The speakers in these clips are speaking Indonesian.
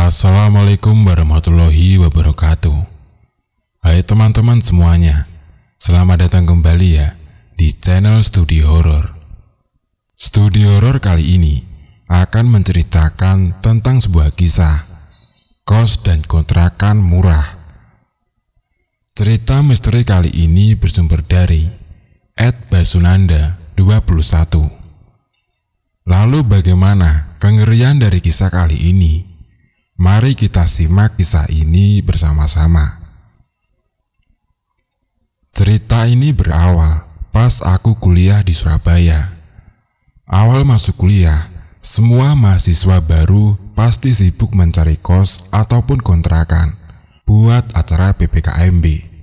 Assalamualaikum warahmatullahi wabarakatuh. Hai teman-teman semuanya, selamat datang kembali ya di channel Studi Horor. Studi Horor kali ini akan menceritakan tentang sebuah kisah kos dan kontrakan murah. Cerita misteri kali ini bersumber dari @basunanda21. Lalu bagaimana kengerian dari kisah kali ini? Mari kita simak kisah ini bersama-sama. Cerita ini berawal pas aku kuliah di Surabaya. Awal masuk kuliah, semua mahasiswa baru pasti sibuk mencari kos ataupun kontrakan buat acara PPKMB.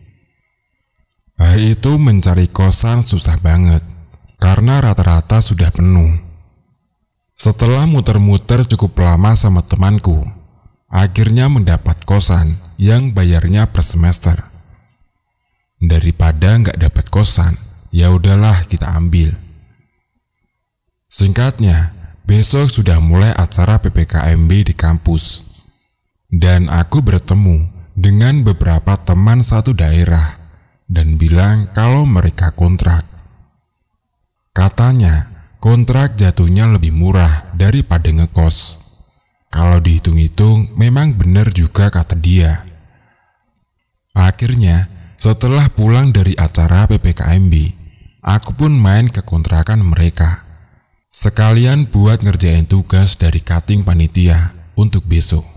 Hari itu mencari kosan susah banget karena rata-rata sudah penuh. Setelah muter-muter cukup lama sama temanku, akhirnya mendapat kosan yang bayarnya per semester. Daripada nggak dapat kosan, ya udahlah kita ambil. Singkatnya, besok sudah mulai acara PPKMB di kampus. Dan aku bertemu dengan beberapa teman satu daerah dan bilang kalau mereka kontrak. Katanya, kontrak jatuhnya lebih murah daripada ngekos. Kalau dihitung-hitung memang benar juga kata dia. Akhirnya setelah pulang dari acara PPKMB, aku pun main ke kontrakan mereka. Sekalian buat ngerjain tugas dari cutting panitia untuk besok.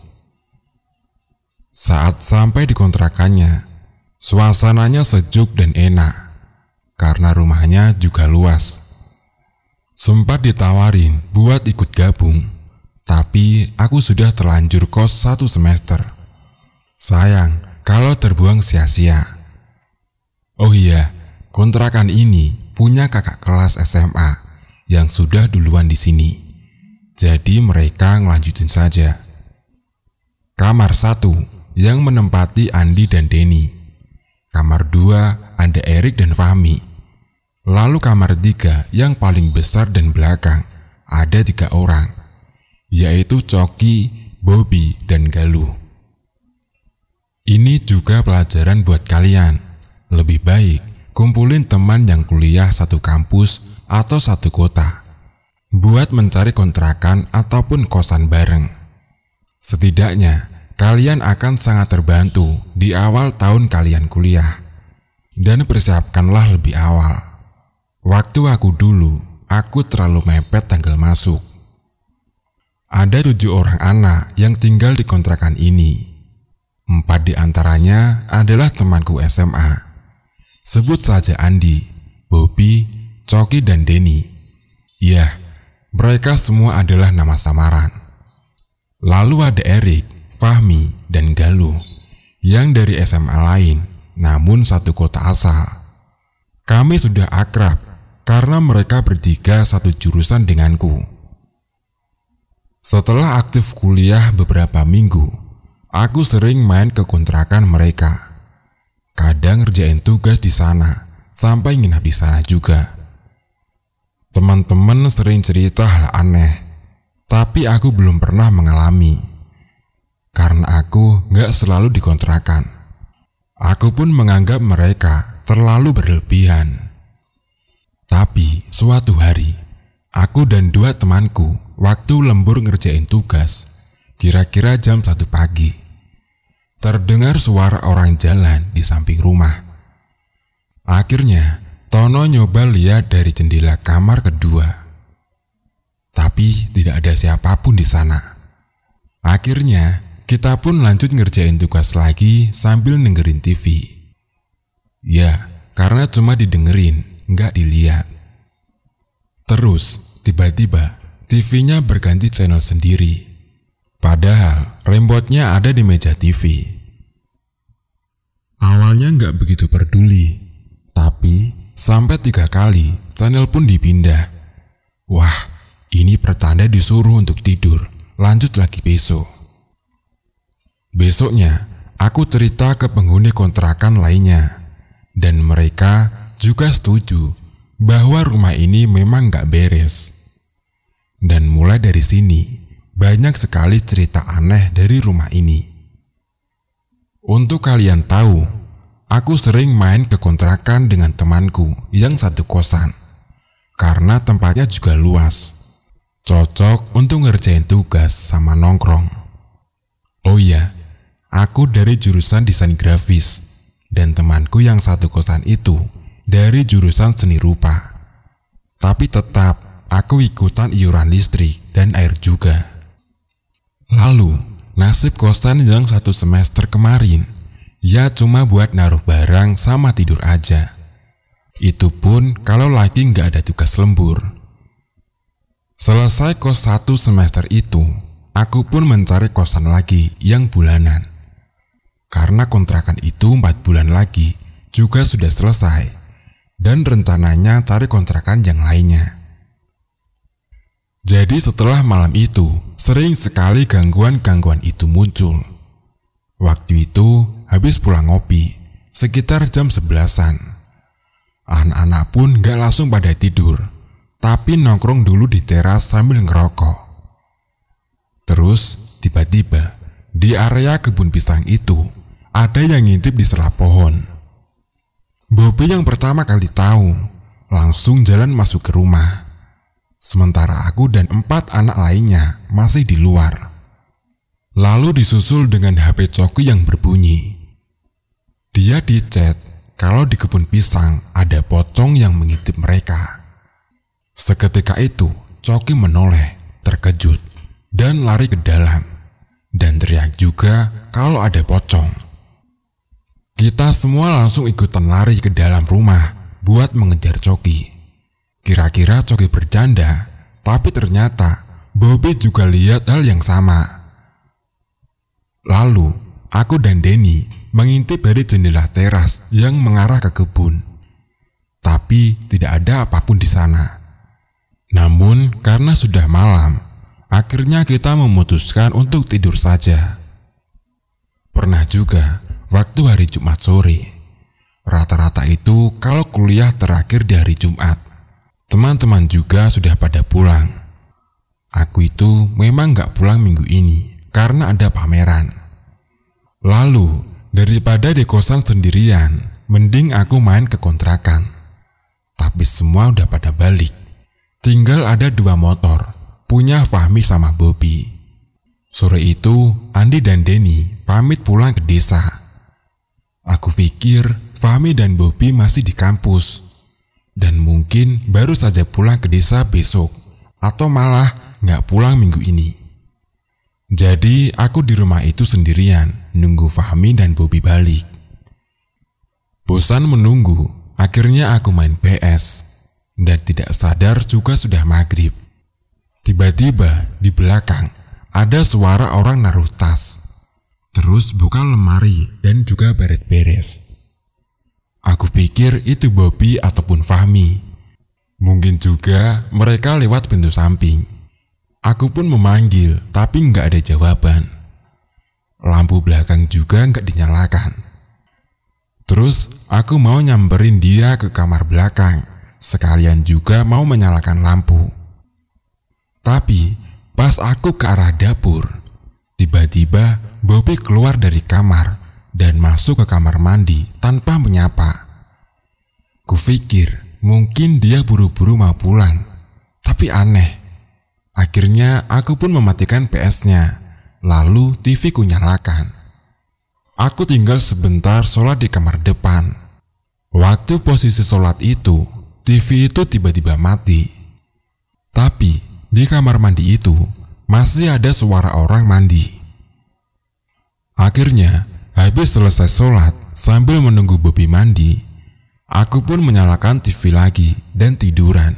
Saat sampai di kontrakannya, suasananya sejuk dan enak karena rumahnya juga luas. Sempat ditawarin buat ikut gabung, tapi aku sudah terlanjur kos 1 semester. Sayang kalau terbuang sia-sia. Oh iya, kontrakan ini punya kakak kelas SMA yang sudah duluan di sini. Jadi mereka ngelanjutin saja. Kamar 1 yang menempati Andi dan Denny. Kamar 2 ada Erik dan Fahmi. Lalu kamar 3 yang paling besar dan belakang ada 3 orang, yaitu Coki, Bobby, dan Galuh. Ini juga pelajaran buat kalian. Lebih baik kumpulin teman yang kuliah satu kampus atau satu kota buat mencari kontrakan ataupun kosan bareng. Setidaknya kalian akan sangat terbantu di awal tahun kalian kuliah. Dan persiapkanlah lebih awal. Waktu aku dulu, aku terlalu mepet tanggal masuk. Ada 7 orang anak yang tinggal di kontrakan ini. 4 di antaranya adalah temanku SMA. Sebut saja Andi, Bobby, Coki, dan Denny. Ya, mereka semua adalah nama samaran. Lalu ada Erik, Fahmi, dan Galuh yang dari SMA lain, namun satu kota asal. Kami sudah akrab karena mereka bertiga satu jurusan denganku. Setelah aktif kuliah beberapa minggu, aku sering main ke kontrakan mereka. Kadang ngerjain tugas di sana, sampai nginap di sana juga. Teman-teman sering cerita hal aneh, tapi aku belum pernah mengalami. Karena aku nggak selalu di kontrakan. Aku pun menganggap mereka terlalu berlebihan. Tapi suatu hari, aku dan 2 temanku waktu lembur ngerjain tugas, kira-kira jam 1 pagi, terdengar suara orang jalan di samping rumah. Akhirnya, Tono nyoba lihat dari jendela kamar kedua. Tapi tidak ada siapapun di sana. Akhirnya, kita pun lanjut ngerjain tugas lagi sambil dengerin TV. Ya, karena cuma didengerin, nggak dilihat. Terus, tiba-tiba TV-nya berganti channel sendiri. Padahal remote-nya ada di meja TV. Awalnya nggak begitu peduli, tapi sampai 3 kali channel pun dipindah. Wah, ini pertanda disuruh untuk tidur, lanjut lagi besok. Besoknya, aku cerita ke penghuni kontrakan lainnya, dan mereka juga setuju bahwa rumah ini memang nggak beres. Dan mulai dari sini, banyak sekali cerita aneh dari rumah ini. Untuk kalian tahu, aku sering main ke kontrakan dengan temanku yang satu kosan, karena tempatnya juga luas, cocok untuk ngerjain tugas sama nongkrong. Oh iya, aku dari jurusan desain grafis, dan temanku yang satu kosan itu dari jurusan seni rupa. Tapi tetap aku ikutan iuran listrik dan air juga. Lalu, nasib kosan yang satu semester kemarin, ya cuma buat naruh barang sama tidur aja. Itu pun kalau lagi nggak ada tugas lembur. Selesai kos 1 semester itu, aku pun mencari kosan lagi yang bulanan. Karena kontrakan itu 4 bulan lagi juga sudah selesai, dan rencananya cari kontrakan yang lainnya. Jadi setelah malam itu, sering sekali gangguan-gangguan itu muncul. Waktu itu habis pulang ngopi, sekitar jam 11-an. Anak-anak pun gak langsung pada tidur, tapi nongkrong dulu di teras sambil ngerokok. Terus tiba-tiba di area kebun pisang itu ada yang ngintip di sela pohon. Bobby yang pertama kali tahu, langsung jalan masuk ke rumah. Sementara aku dan 4 anak lainnya masih di luar. Lalu disusul dengan HP Coki yang berbunyi. Dia di-chat kalau di kebun pisang ada pocong yang mengintip mereka. Seketika itu, Coki menoleh, terkejut, dan lari ke dalam. Dan teriak juga kalau ada pocong. Kita semua langsung ikutan lari ke dalam rumah buat mengejar Coki. Kira-kira Coki bercanda, tapi ternyata Bobby juga lihat hal yang sama. Lalu, aku dan Denny mengintip dari jendela teras yang mengarah ke kebun. Tapi tidak ada apapun di sana. Namun, karena sudah malam, akhirnya kita memutuskan untuk tidur saja. Pernah juga waktu hari Jumat sore. Rata-rata itu kalau kuliah terakhir di hari Jumat, teman-teman juga sudah pada pulang. Aku itu memang gak pulang minggu ini karena ada pameran. Lalu, daripada di kosan sendirian, mending aku main ke kontrakan. Tapi semua udah pada balik. Tinggal ada 2 motor, punya Fahmi sama Bobby. Sore itu, Andi dan Denny pamit pulang ke desa. Aku pikir Fahmi dan Bobby masih di kampus, dan mungkin baru saja pulang ke desa besok, atau malah gak pulang minggu ini. Jadi aku di rumah itu sendirian, nunggu Fahmi dan Bobby balik. Bosan menunggu, akhirnya aku main PS, dan tidak sadar juga sudah maghrib. Tiba-tiba di belakang ada suara orang naruh tas. Terus buka lemari dan juga beres-beres. Aku pikir itu Bobby ataupun Fahmi. Mungkin juga mereka lewat pintu samping. Aku pun memanggil, tapi nggak ada jawaban. Lampu belakang juga nggak dinyalakan. Terus aku mau nyamperin dia ke kamar belakang, sekalian juga mau menyalakan lampu. Tapi pas aku ke arah dapur, tiba-tiba Bobby keluar dari kamar dan masuk ke kamar mandi tanpa menyapa. Kupikir mungkin dia buru-buru mau pulang, tapi aneh. Akhirnya aku pun mematikan PS-nya, lalu TV ku nyalakan. Aku tinggal sebentar sholat di kamar depan. Waktu posisi sholat itu, TV itu tiba-tiba mati. Tapi di kamar mandi itu masih ada suara orang mandi. Akhirnya, habis selesai sholat sambil menunggu Bobby mandi, aku pun menyalakan TV lagi dan tiduran.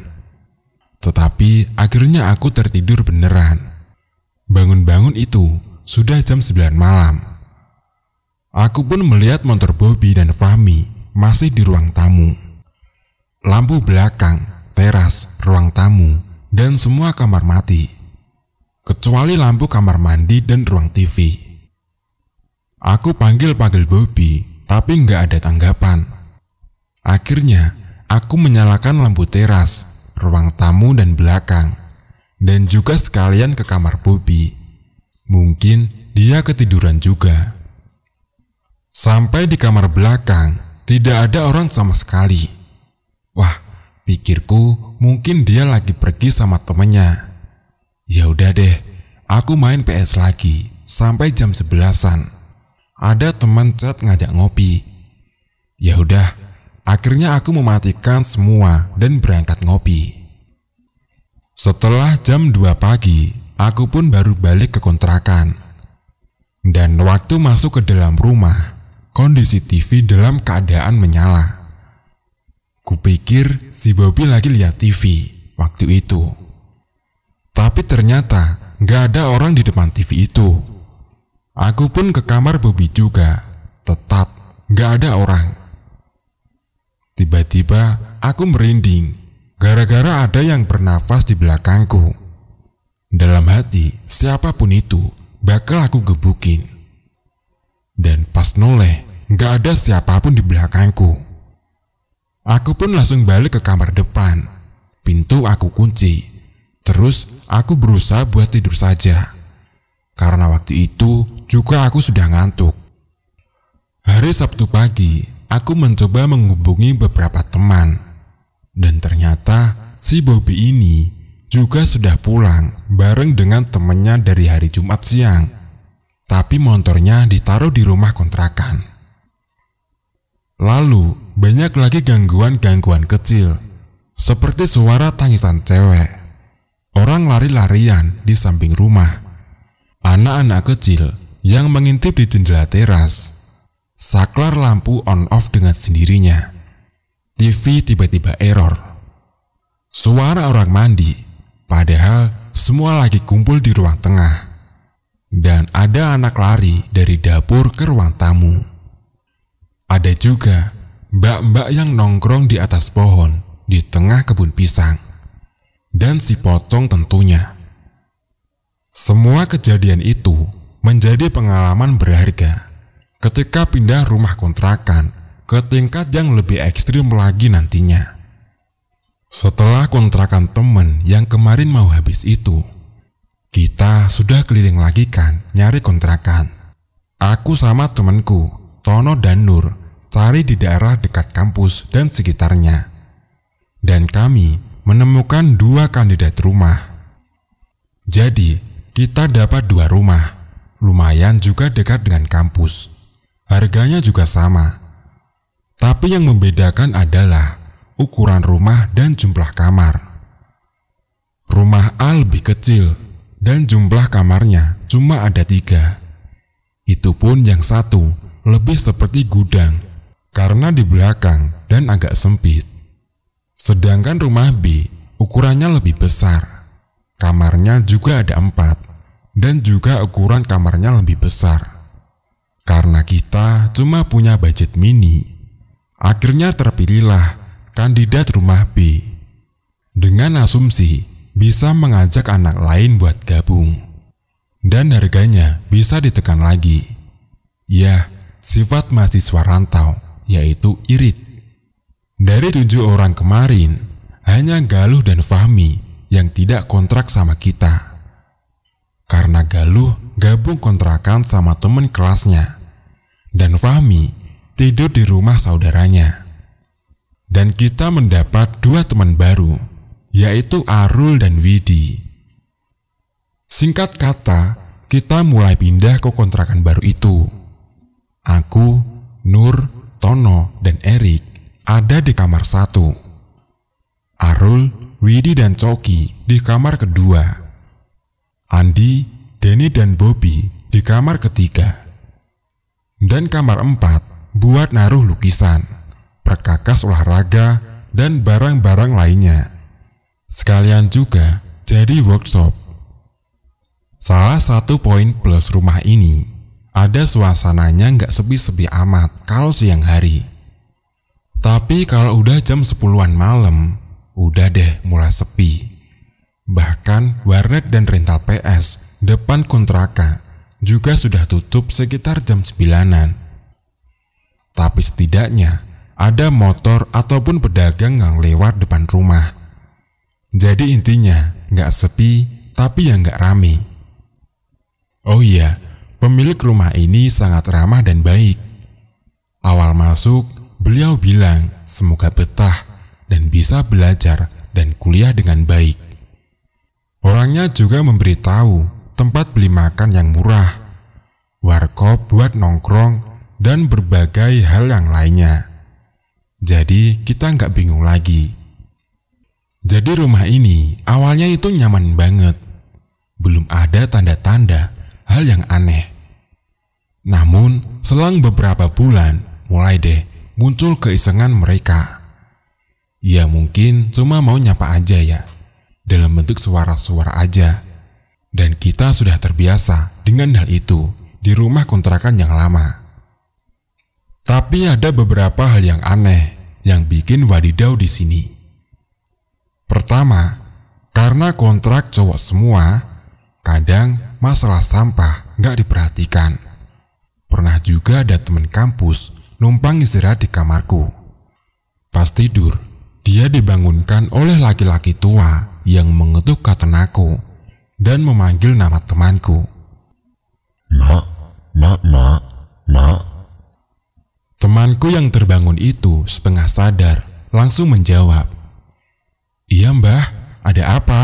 Tetapi akhirnya aku tertidur beneran. Bangun-bangun itu sudah jam 9 malam. Aku pun melihat motor Bobby dan Fahmi masih di ruang tamu. Lampu belakang, teras, ruang tamu, dan semua kamar mati. Kecuali lampu kamar mandi dan ruang TV. Aku panggil-panggil Bobby, tapi nggak ada tanggapan. Akhirnya, aku menyalakan lampu teras, ruang tamu dan belakang, dan juga sekalian ke kamar Bobby. Mungkin dia ketiduran juga. Sampai di kamar belakang, tidak ada orang sama sekali. Wah, pikirku mungkin dia lagi pergi sama temennya. Ya udah deh, aku main PS lagi sampai jam 11-an. Ada teman chat ngajak ngopi. Ya udah, akhirnya aku mematikan semua dan berangkat ngopi. Setelah jam 2 pagi, aku pun baru balik ke kontrakan. Dan waktu masuk ke dalam rumah, kondisi TV dalam keadaan menyala. Kupikir si Bobby lagi lihat TV waktu itu. Tapi ternyata gak ada orang di depan TV itu. Aku pun ke kamar Bobby juga, tetap gak ada orang. Tiba-tiba aku merinding gara-gara ada yang bernafas di belakangku. Dalam hati, siapapun itu bakal aku gebukin. Dan pas noleh, gak ada siapapun di belakangku. Aku pun langsung balik ke kamar depan. Pintu aku kunci. Terus aku berusaha buat tidur saja. Karena waktu itu juga aku sudah ngantuk. Hari Sabtu pagi, aku mencoba menghubungi beberapa teman. Dan ternyata si Bobby ini juga sudah pulang bareng dengan temannya dari hari Jumat siang. Tapi motornya ditaruh di rumah kontrakan. Lalu banyak lagi gangguan-gangguan kecil, seperti suara tangisan cewek, orang lari-larian di samping rumah, anak-anak kecil yang mengintip di jendela teras, saklar lampu on-off dengan sendirinya, TV tiba-tiba error, suara orang mandi, padahal semua lagi kumpul di ruang tengah, dan ada anak lari dari dapur ke ruang tamu. Ada juga mbak-mbak yang nongkrong di atas pohon di tengah kebun pisang. Dan si pocong tentunya. Semua kejadian itu menjadi pengalaman berharga ketika pindah rumah kontrakan ke tingkat yang lebih ekstrim lagi nantinya. Setelah kontrakan temen yang kemarin mau habis itu, kita sudah keliling lagi kan nyari kontrakan. Aku sama temenku, Tono dan Nur, cari di daerah dekat kampus dan sekitarnya. Dan kami menemukan 2 kandidat rumah. Jadi, kita dapat 2 rumah. Lumayan juga dekat dengan kampus. Harganya juga sama. Tapi yang membedakan adalah ukuran rumah dan jumlah kamar. Rumah A lebih kecil dan jumlah kamarnya cuma ada 3. Itu pun yang satu lebih seperti gudang karena di belakang dan agak sempit. Sedangkan rumah B ukurannya lebih besar. Kamarnya juga ada 4 dan juga ukuran kamarnya lebih besar. Karena kita cuma punya budget mini, akhirnya terpilihlah kandidat rumah B dengan asumsi bisa mengajak anak lain buat gabung. Dan harganya bisa ditekan lagi. Ya, sifat mahasiswa rantau, yaitu irit. Dari 7 orang kemarin, hanya Galuh dan Fahmi yang tidak kontrak sama kita. Karena Galuh gabung kontrakan sama temen kelasnya, dan Fahmi tidur di rumah saudaranya. Dan kita mendapat 2 teman baru, yaitu Arul dan Widi. Singkat kata, kita mulai pindah ke kontrakan baru itu. Aku, Nur, Tono, dan Erik ada di kamar 1. Arul, Widi, dan Coki di kamar kedua. Andi, Denny, dan Bobby di kamar ketiga. Dan kamar 4 buat naruh lukisan, perkakas olahraga, dan barang-barang lainnya. Sekalian juga jadi workshop. Salah satu poin plus rumah ini, ada suasananya nggak sepi-sepi amat kalau siang hari. Tapi kalau udah jam 10-an malam, udah deh mulai sepi. Bahkan warnet dan rental PS depan kontrakan juga sudah tutup sekitar jam 9-an. Tapi setidaknya ada motor ataupun pedagang yang lewat depan rumah. Jadi intinya nggak sepi, tapi ya nggak rame. Oh iya, pemilik rumah ini sangat ramah dan baik. Awal masuk, beliau bilang semoga betah dan bisa belajar dan kuliah dengan baik. Orangnya juga memberitahu tempat beli makan yang murah, warkop buat nongkrong, dan berbagai hal yang lainnya. Jadi kita nggak bingung lagi. Jadi rumah ini awalnya itu nyaman banget. Belum ada tanda-tanda hal yang aneh. Namun selang beberapa bulan mulai deh muncul keisengan mereka. Ya mungkin cuma mau nyapa aja ya, dalam bentuk suara-suara aja. Dan kita sudah terbiasa dengan hal itu di rumah kontrakan yang lama. Tapi ada beberapa hal yang aneh yang bikin wadidaw di sini. Pertama, karena kontrak cowok semua, kadang masalah sampah nggak diperhatikan. Pernah juga ada teman kampus numpang istirahat di kamarku. Pas tidur, dia dibangunkan oleh laki-laki tua yang mengetuk katenaku dan memanggil nama temanku. Nak. Temanku yang terbangun itu setengah sadar langsung menjawab, "Iya mbah, ada apa?"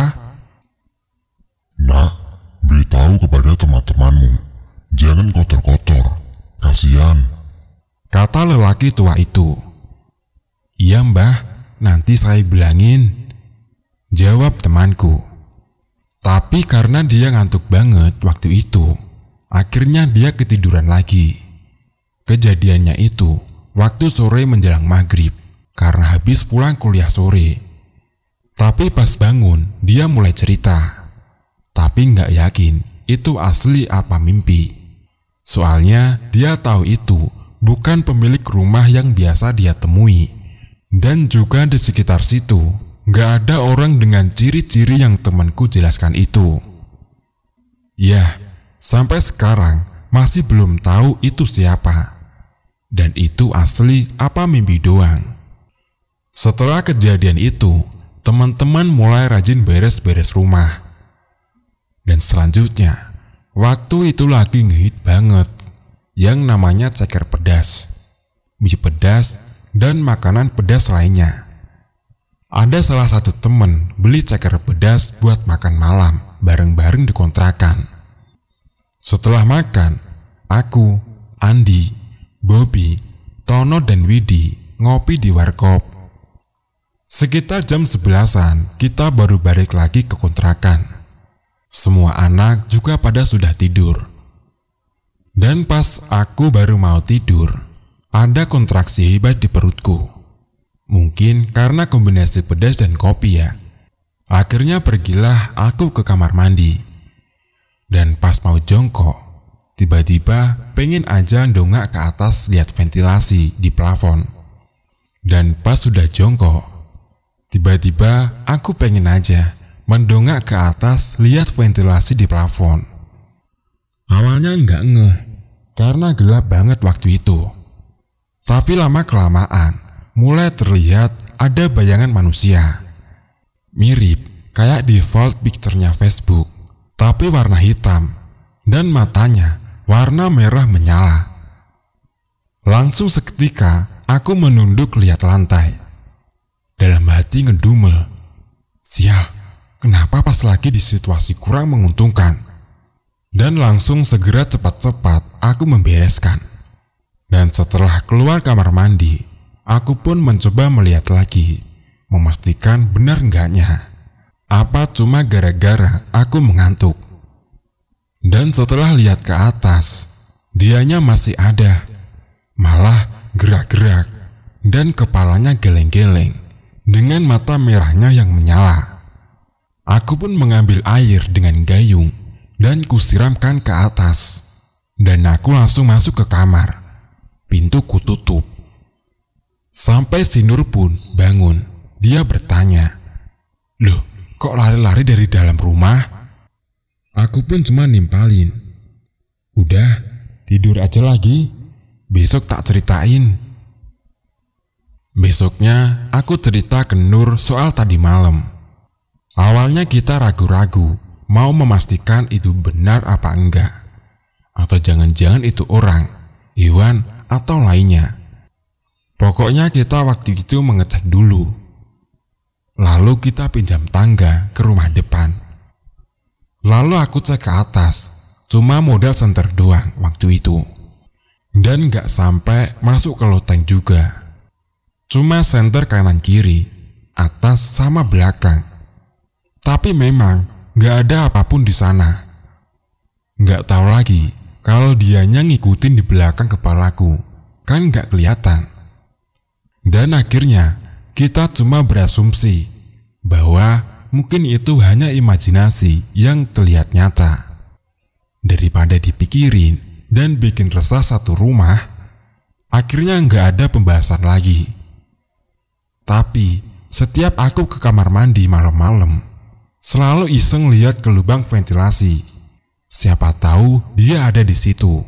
Nak, beritahu kepada teman-temanmu, jangan kotor-kotor, kasihan, kata lelaki tua itu. "Iya mbah, nanti saya bilangin," jawab temanku. Tapi karena dia ngantuk banget waktu itu, akhirnya dia ketiduran lagi. Kejadiannya itu waktu sore menjelang maghrib karena habis pulang kuliah sore. Tapi pas bangun dia mulai cerita. Tapi nggak yakin itu asli apa mimpi. Soalnya dia tahu itu bukan pemilik rumah yang biasa dia temui. Dan juga di sekitar situ nggak ada orang dengan ciri-ciri yang temanku jelaskan itu. Ya, sampai sekarang masih belum tahu itu siapa. Dan itu asli apa mimpi doang. Setelah kejadian itu, teman-teman mulai rajin beres-beres rumah. Dan selanjutnya, waktu itu lagi ngehit banget yang namanya ceker pedas, mie pedas, dan makanan pedas lainnya. Ada salah satu temen beli ceker pedas buat makan malam bareng-bareng di kontrakan. Setelah makan, aku, Andi, Bobby, Tono, dan Widi ngopi di warkop. Sekitar jam 11-an kita baru balik lagi ke kontrakan. Semua anak juga pada sudah tidur. Dan pas aku baru mau tidur, ada kontraksi hebat di perutku. Mungkin karena kombinasi pedas dan kopi ya. Akhirnya pergilah aku ke kamar mandi. Dan pas mau jongkok, tiba-tiba pengen aja dongak ke atas lihat ventilasi di plafon. Dan pas sudah jongkok, tiba-tiba aku pengen aja mendongak ke atas lihat ventilasi di plafon. Awalnya nggak ngeh, karena gelap banget waktu itu. Tapi lama-kelamaan, mulai terlihat ada bayangan manusia. Mirip kayak default picture-nya Facebook, tapi warna hitam, dan matanya warna merah menyala. Langsung seketika aku menunduk lihat lantai. Dalam hati ngedumel, sial, kenapa pas lagi di situasi kurang menguntungkan? Dan langsung segera cepat-cepat aku membereskan. Dan setelah keluar kamar mandi, aku pun mencoba melihat lagi, memastikan benar enggaknya. Apa cuma gara-gara aku mengantuk? Dan setelah lihat ke atas, dianya masih ada, malah gerak-gerak, dan kepalanya geleng-geleng, dengan mata merahnya yang menyala. Aku pun mengambil air dengan gayung, dan kusiramkan ke atas, dan aku langsung masuk ke kamar. Pintu kututup. Sampai si Nur pun bangun, dia bertanya, "Loh, kok lari-lari dari dalam rumah?" Aku pun cuma nimpalin, "Udah, tidur aja lagi, besok tak ceritain." Besoknya aku cerita ke Nur soal tadi malam. Awalnya kita ragu-ragu mau memastikan itu benar apa enggak, atau jangan-jangan itu orang, hewan, atau lainnya. Pokoknya kita waktu itu mengecek dulu. Lalu kita pinjam tangga ke rumah depan. Lalu aku cek ke atas, cuma modal senter doang waktu itu. Dan gak sampai masuk ke loteng juga. Cuma senter kanan kiri, atas sama belakang. Tapi memang gak ada apapun di sana. Gak tahu lagi kalau dianya ngikutin di belakang kepalaku, kan gak kelihatan. Dan akhirnya kita cuma berasumsi bahwa mungkin itu hanya imajinasi yang terlihat nyata. Daripada dipikirin dan bikin resah satu rumah, akhirnya nggak ada pembahasan lagi. Tapi setiap aku ke kamar mandi malam-malam, selalu iseng lihat ke lubang ventilasi. Siapa tahu dia ada di situ.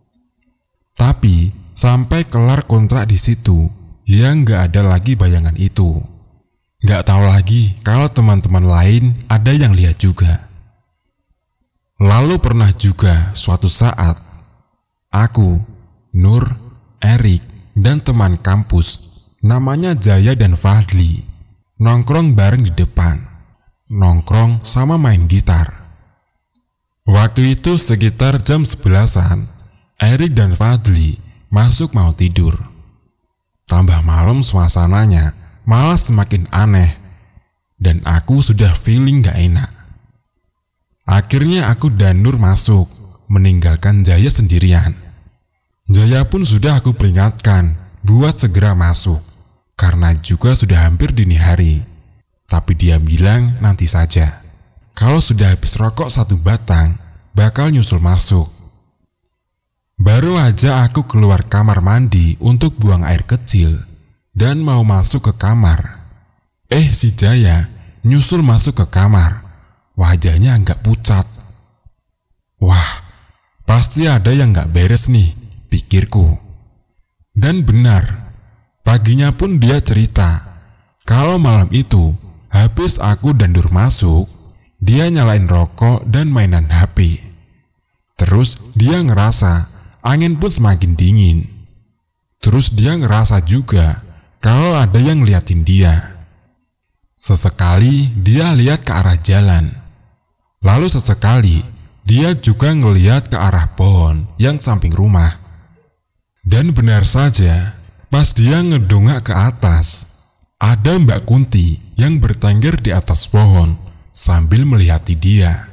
Tapi sampai kelar kontrak di situ, ya nggak ada lagi bayangan itu. Nggak tahu lagi kalau teman-teman lain ada yang lihat juga. Lalu pernah juga suatu saat, aku, Nur, Erik, dan teman kampus namanya Jaya dan Fadli nongkrong bareng di depan. Nongkrong sama main gitar. Waktu itu sekitar jam 11-an, Erik dan Fadli masuk mau tidur. Tambah malam suasananya malah semakin aneh, dan aku sudah feeling gak enak. Akhirnya aku dan Nur masuk, meninggalkan Jaya sendirian. Jaya pun sudah aku peringatkan buat segera masuk, karena juga sudah hampir dini hari. Tapi dia bilang nanti saja. Kalau sudah habis rokok 1 batang, bakal nyusul masuk. Baru aja aku keluar kamar mandi untuk buang air kecil dan mau masuk ke kamar. Si Jaya nyusul masuk ke kamar. Wajahnya agak pucat. Wah, pasti ada yang gak beres nih, pikirku. Dan benar, paginya pun dia cerita kalau malam itu habis aku dan Nur masuk, dia nyalain rokok dan mainan HP. Terus dia ngerasa angin pun semakin dingin. Terus dia ngerasa juga kalau ada yang ngeliatin dia. Sesekali dia lihat ke arah jalan. Lalu sesekali dia juga ngeliat ke arah pohon yang samping rumah. Dan benar saja, pas dia ngedongak ke atas, ada Mbak Kunti yang bertengger di atas pohon sambil melihati dia.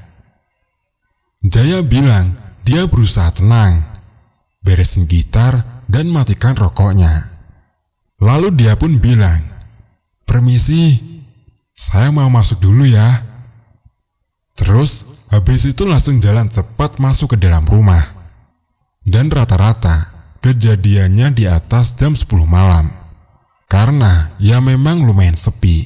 Jaya bilang dia berusaha tenang, beresin gitar dan matikan rokoknya. Lalu dia pun bilang, "Permisi, saya mau masuk dulu ya." Terus habis itu langsung jalan cepat masuk ke dalam rumah. Dan rata-rata kejadiannya di atas jam 10 malam. Karena ya memang lumayan sepi.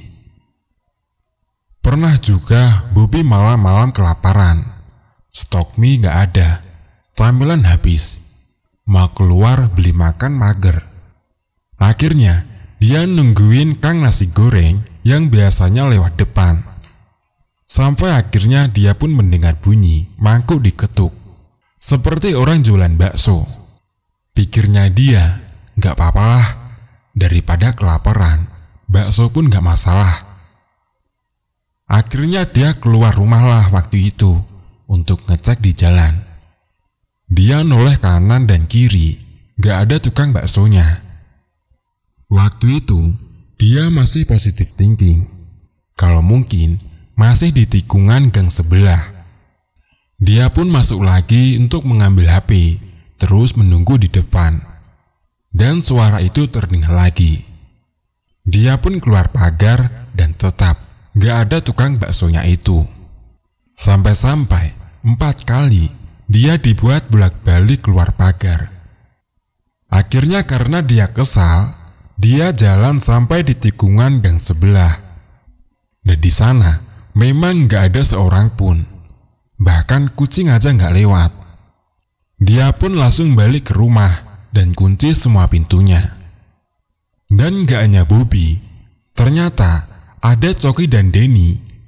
Pernah juga Bobi malam-malam kelaparan. Stok mie gak ada, camilan habis. Mau keluar beli makan mager. Akhirnya dia nungguin Kang nasi goreng yang biasanya lewat depan. Sampai akhirnya dia pun mendengar bunyi mangkuk diketuk. Seperti orang jualan bakso. Pikirnya dia, gak apa-apalah, daripada kelaparan, bakso pun gak masalah. Akhirnya dia keluar rumah lah waktu itu untuk ngecek di jalan. Dia noleh kanan dan kiri, gak ada tukang baksonya. Waktu itu dia masih positive thinking, kalau mungkin masih di tikungan gang sebelah. Dia pun masuk lagi untuk mengambil HP, terus menunggu di depan. Dan suara itu terdengar lagi. Dia pun keluar pagar dan tetap gak ada tukang baksonya itu. Sampai-sampai 4 kali dia dibuat bolak-balik keluar pagar. Akhirnya karena dia kesal, dia jalan sampai di tikungan gang sebelah. Dan di sana memang gak ada seorang pun. Bahkan kucing aja gak lewat. Dia pun langsung balik ke rumah dan kunci semua pintunya. Dan gak hanya Bobi, ternyata ada Coki dan Denny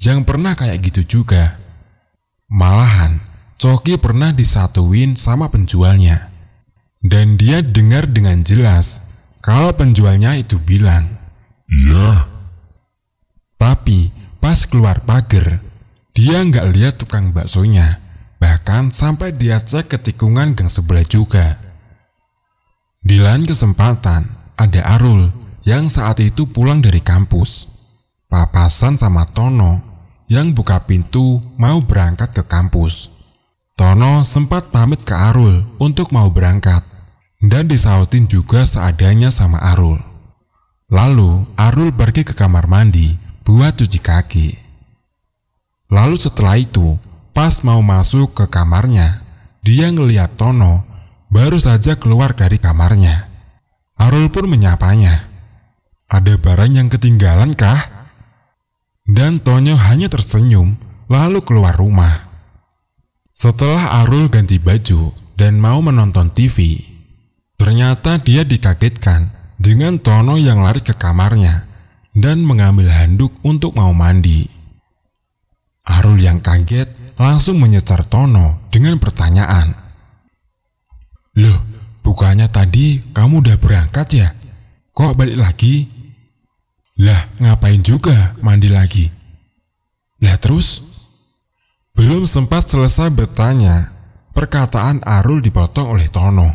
yang pernah kayak gitu juga. Malahan, Coki pernah disatuin sama penjualnya. Dan dia dengar dengan jelas kalau penjualnya itu bilang, Iya. tapi pas keluar pagar, dia nggak lihat tukang baksonya. Bahkan sampai dia cek ke tikungan gang sebelah juga. Di lain kesempatan, ada Arul yang saat itu pulang dari kampus. Papasan sama Tono yang buka pintu mau berangkat ke kampus. Tono sempat pamit ke Arul untuk mau berangkat dan disautin juga seadanya sama Arul. Lalu Arul pergi ke kamar mandi buat cuci kaki. Lalu setelah itu, pas mau masuk ke kamarnya, dia ngeliat Tono baru saja keluar dari kamarnya. Arul pun menyapanya. Ada barang yang ketinggalan kah? Dan Tono hanya tersenyum lalu keluar rumah. Setelah Arul ganti baju dan mau menonton TV, ternyata dia dikagetkan dengan Tono yang lari ke kamarnya dan mengambil handuk untuk mau mandi. Arul yang kaget langsung menyecar Tono dengan pertanyaan, "Loh, bukannya tadi kamu udah berangkat ya? Kok balik lagi?" "Lah, ngapain juga mandi lagi?" "Lah terus?" Belum sempat selesai bertanya, perkataan Arul dipotong oleh Tono.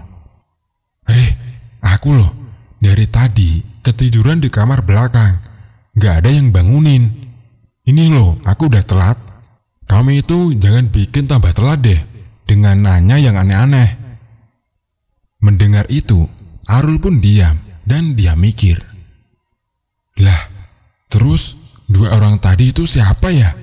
Aku loh, dari tadi ketiduran di kamar belakang. Gak ada yang bangunin. Ini loh, aku udah telat. Kamu itu jangan bikin tambah telat deh dengan nanya yang aneh-aneh." Mendengar itu, Arul pun diam dan dia mikir, "Lah, terus dua orang tadi itu siapa ya?"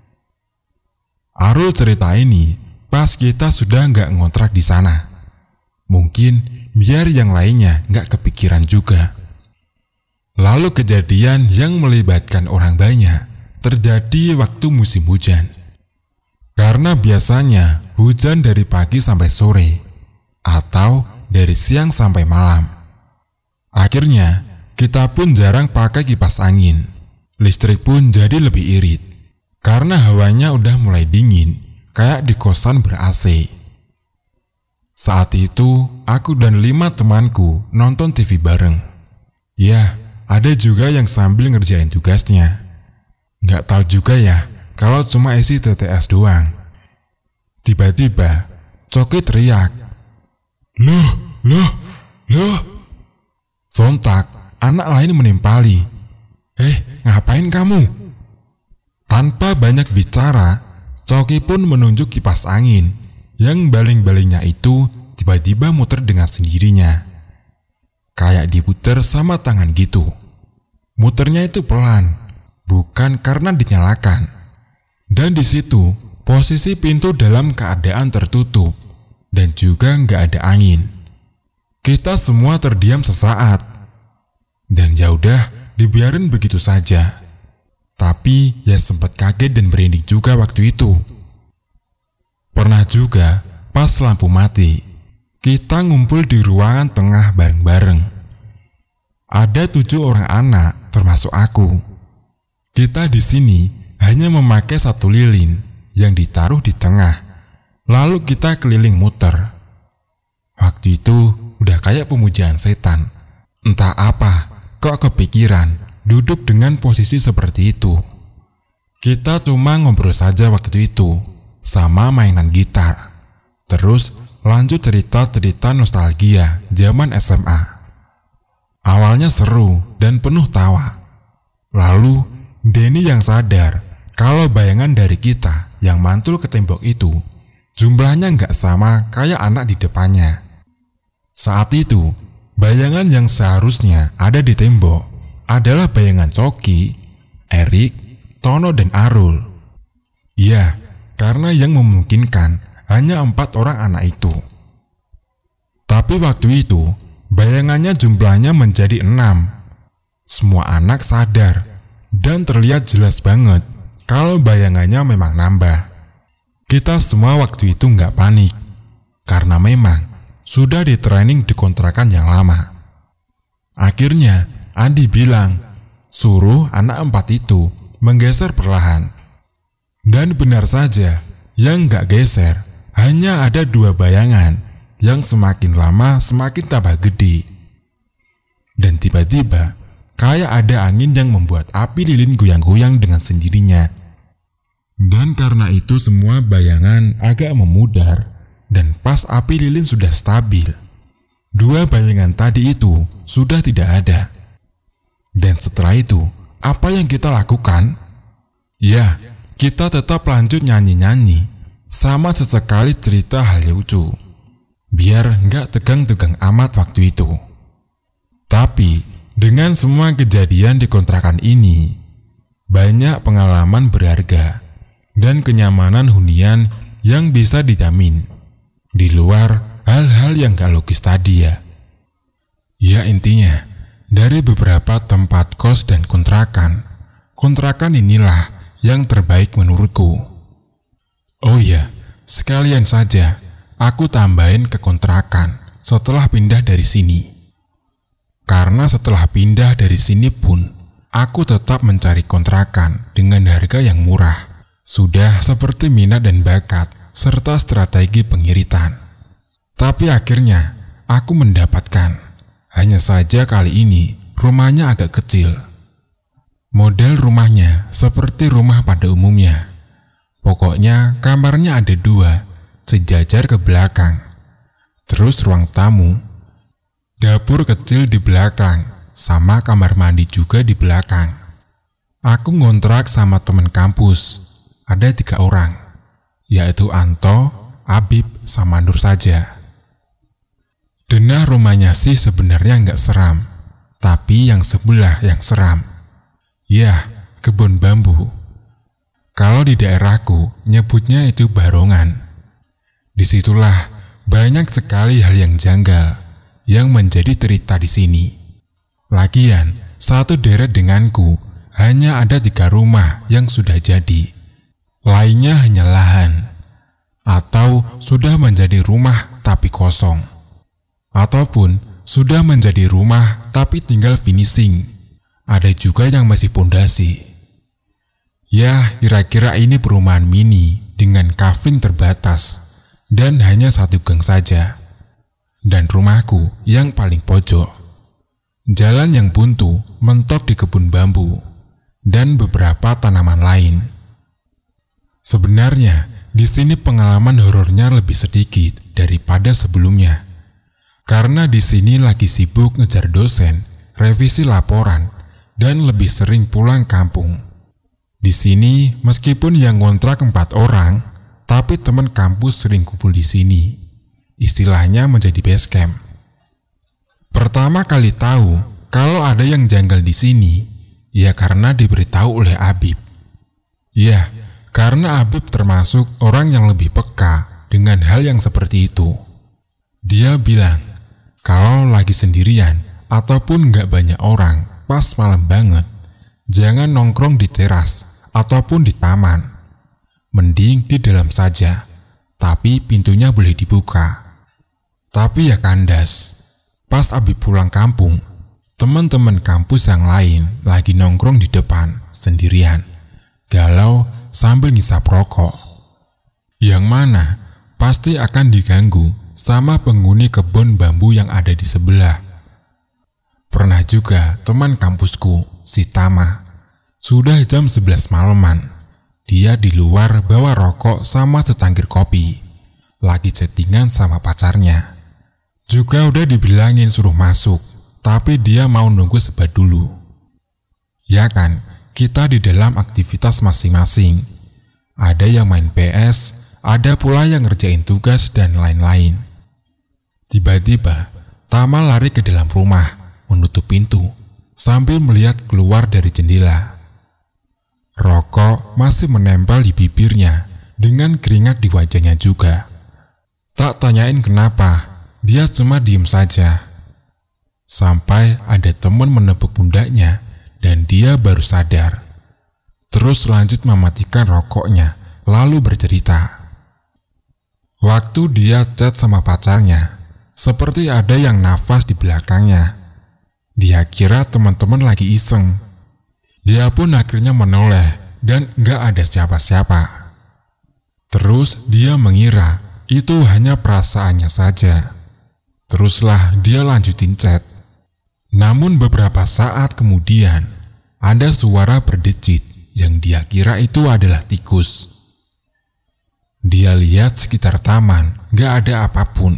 Arul cerita ini pas kita sudah nggak ngontrak di sana. Mungkin biar yang lainnya nggak kepikiran juga. Lalu kejadian yang melibatkan orang banyak terjadi waktu musim hujan. Karena biasanya hujan dari pagi sampai sore atau dari siang sampai malam. Akhirnya kita pun jarang pakai kipas angin. Listrik pun jadi lebih irit karena hawanya udah mulai dingin kayak di kosan ber-AC. Saat itu aku dan 5 temanku nonton TV bareng. Ya, ada juga yang sambil ngerjain tugasnya. Nggak tahu juga ya kalau cuma isi TTS doang. Tiba-tiba Coki teriak, Loh. Sontak anak lain menimpali. Ngapain kamu?" Tanpa banyak bicara, Coki pun menunjuk kipas angin yang baling-balingnya itu tiba-tiba muter dengan sendirinya. Kayak diputer sama tangan gitu. Muternya itu pelan, bukan karena dinyalakan. Dan di situ posisi pintu dalam keadaan tertutup dan juga nggak ada angin. Kita semua terdiam sesaat. Dan ya udah, dibiarin begitu saja. Tapi ya sempat kaget dan merinding juga waktu itu. Pernah juga pas lampu mati, kita ngumpul di ruangan tengah bareng-bareng. Ada 7 orang anak termasuk aku. Kita di sini hanya memakai 1 lilin yang ditaruh di tengah. Lalu kita keliling muter. Waktu itu udah kayak pemujaan setan. Entah apa, kok kepikiran duduk dengan posisi seperti itu. Kita cuma ngobrol saja waktu itu, sama mainan gitar. Terus lanjut cerita-cerita nostalgia zaman SMA. Awalnya seru dan penuh tawa. Lalu Denny yang sadar kalau bayangan dari kita yang mantul ke tembok itu jumlahnya nggak sama kayak anak di depannya. Saat itu, bayangan yang seharusnya ada di tembok adalah bayangan Coki, Erik, Tono, dan Arul. Iya, karena yang memungkinkan hanya 4 orang anak itu. Tapi waktu itu, bayangannya jumlahnya menjadi 6. Semua anak sadar dan terlihat jelas banget kalau bayangannya memang nambah. Kita semua waktu itu nggak panik, karena memang sudah di training di kontrakan yang lama. Akhirnya Andi bilang, suruh anak 4 itu menggeser perlahan. Dan benar saja, yang gak geser hanya ada 2 bayangan yang semakin lama semakin tambah gede. Dan tiba-tiba, kayak ada angin yang membuat api lilin goyang-goyang dengan sendirinya. Dan karena itu semua bayangan agak memudar, dan pas api lilin sudah stabil, 2 bayangan tadi itu sudah tidak ada. Dan setelah itu, apa yang kita lakukan? Ya, kita tetap lanjut nyanyi-nyanyi, sama sesekali cerita hal lucu, biar nggak tegang-tegang amat waktu itu. Tapi, dengan semua kejadian di kontrakan ini, banyak pengalaman berharga dan kenyamanan hunian yang bisa dijamin, di luar hal-hal yang gak logis tadi ya. Ya intinya, dari beberapa tempat kos dan kontrakan inilah yang terbaik menurutku. Oh iya, sekalian saja aku tambahin ke kontrakan setelah pindah dari sini. Karena setelah pindah dari sini pun, aku tetap mencari kontrakan dengan harga yang murah. Sudah seperti minat dan bakat, serta strategi pengiritan. Tapi akhirnya, aku mendapatkan. Hanya saja kali ini, rumahnya agak kecil. Model rumahnya seperti rumah pada umumnya. Pokoknya kamarnya ada 2, sejajar ke belakang. Terus ruang tamu, dapur kecil di belakang, sama kamar mandi juga di belakang. Aku ngontrak sama teman kampus, ada 3 orang, yaitu Anto, Abib, sama Nur saja. Denah rumahnya sih sebenarnya nggak seram, tapi yang sebelah yang seram. Ya, kebun bambu. Kalau di daerahku nyebutnya itu barongan. Disitulah banyak sekali hal yang janggal yang menjadi cerita di sini. Lagian, satu deret denganku hanya ada 3 rumah yang sudah jadi. Lainnya hanya lahan, atau sudah menjadi rumah tapi kosong, ataupun sudah menjadi rumah tapi tinggal finishing. Ada juga yang masih pondasi. Ya, kira-kira ini perumahan mini dengan kafling terbatas dan hanya 1 gang saja. Dan rumahku yang paling pojok. Jalan yang buntu mentok di kebun bambu dan beberapa tanaman lain. Sebenarnya, di sini pengalaman horornya lebih sedikit daripada sebelumnya. Karena di sini lagi sibuk ngejar dosen, revisi laporan, dan lebih sering pulang kampung. Di sini, meskipun yang ngontrak 4 orang, tapi teman kampus sering kumpul di sini. Istilahnya menjadi base camp. Pertama kali tahu kalau ada yang janggal di sini, ya karena diberitahu oleh Abib. Ya, karena Abib termasuk orang yang lebih peka dengan hal yang seperti itu. Dia bilang, kalau lagi sendirian ataupun nggak banyak orang pas malam banget, jangan nongkrong di teras ataupun di taman. Mending di dalam saja, tapi pintunya boleh dibuka. Tapi ya kandas, pas Abib pulang kampung, teman-teman kampus yang lain lagi nongkrong di depan sendirian, galau sambil ngisap rokok. Yang mana pasti akan diganggu sama penghuni kebun bambu yang ada di sebelah. Pernah juga teman kampusku, si Tama, sudah jam 11 malaman. Dia di luar bawa rokok sama secangkir kopi, lagi chattingan sama pacarnya. Juga udah dibilangin suruh masuk, tapi dia mau nunggu sebat dulu. Ya kan, kita di dalam aktivitas masing-masing. Ada yang main PS, ada pula yang ngerjain tugas dan lain-lain. Tiba-tiba, Tama lari ke dalam rumah, menutup pintu, sambil melihat keluar dari jendela. Rokok masih menempel di bibirnya, dengan keringat di wajahnya juga. Tak tanyain kenapa, dia cuma diem saja. Sampai ada teman menepuk pundaknya, dan dia baru sadar. Terus lanjut mematikan rokoknya, lalu bercerita. Waktu dia chat sama pacarnya, seperti ada yang nafas di belakangnya. Dia kira teman-teman lagi iseng. Dia pun akhirnya menoleh dan gak ada siapa-siapa. Terus dia mengira itu hanya perasaannya saja. Teruslah dia lanjutin chat. Namun beberapa saat kemudian, ada suara berdecit yang dia kira itu adalah tikus. Dia lihat sekitar taman, gak ada apapun.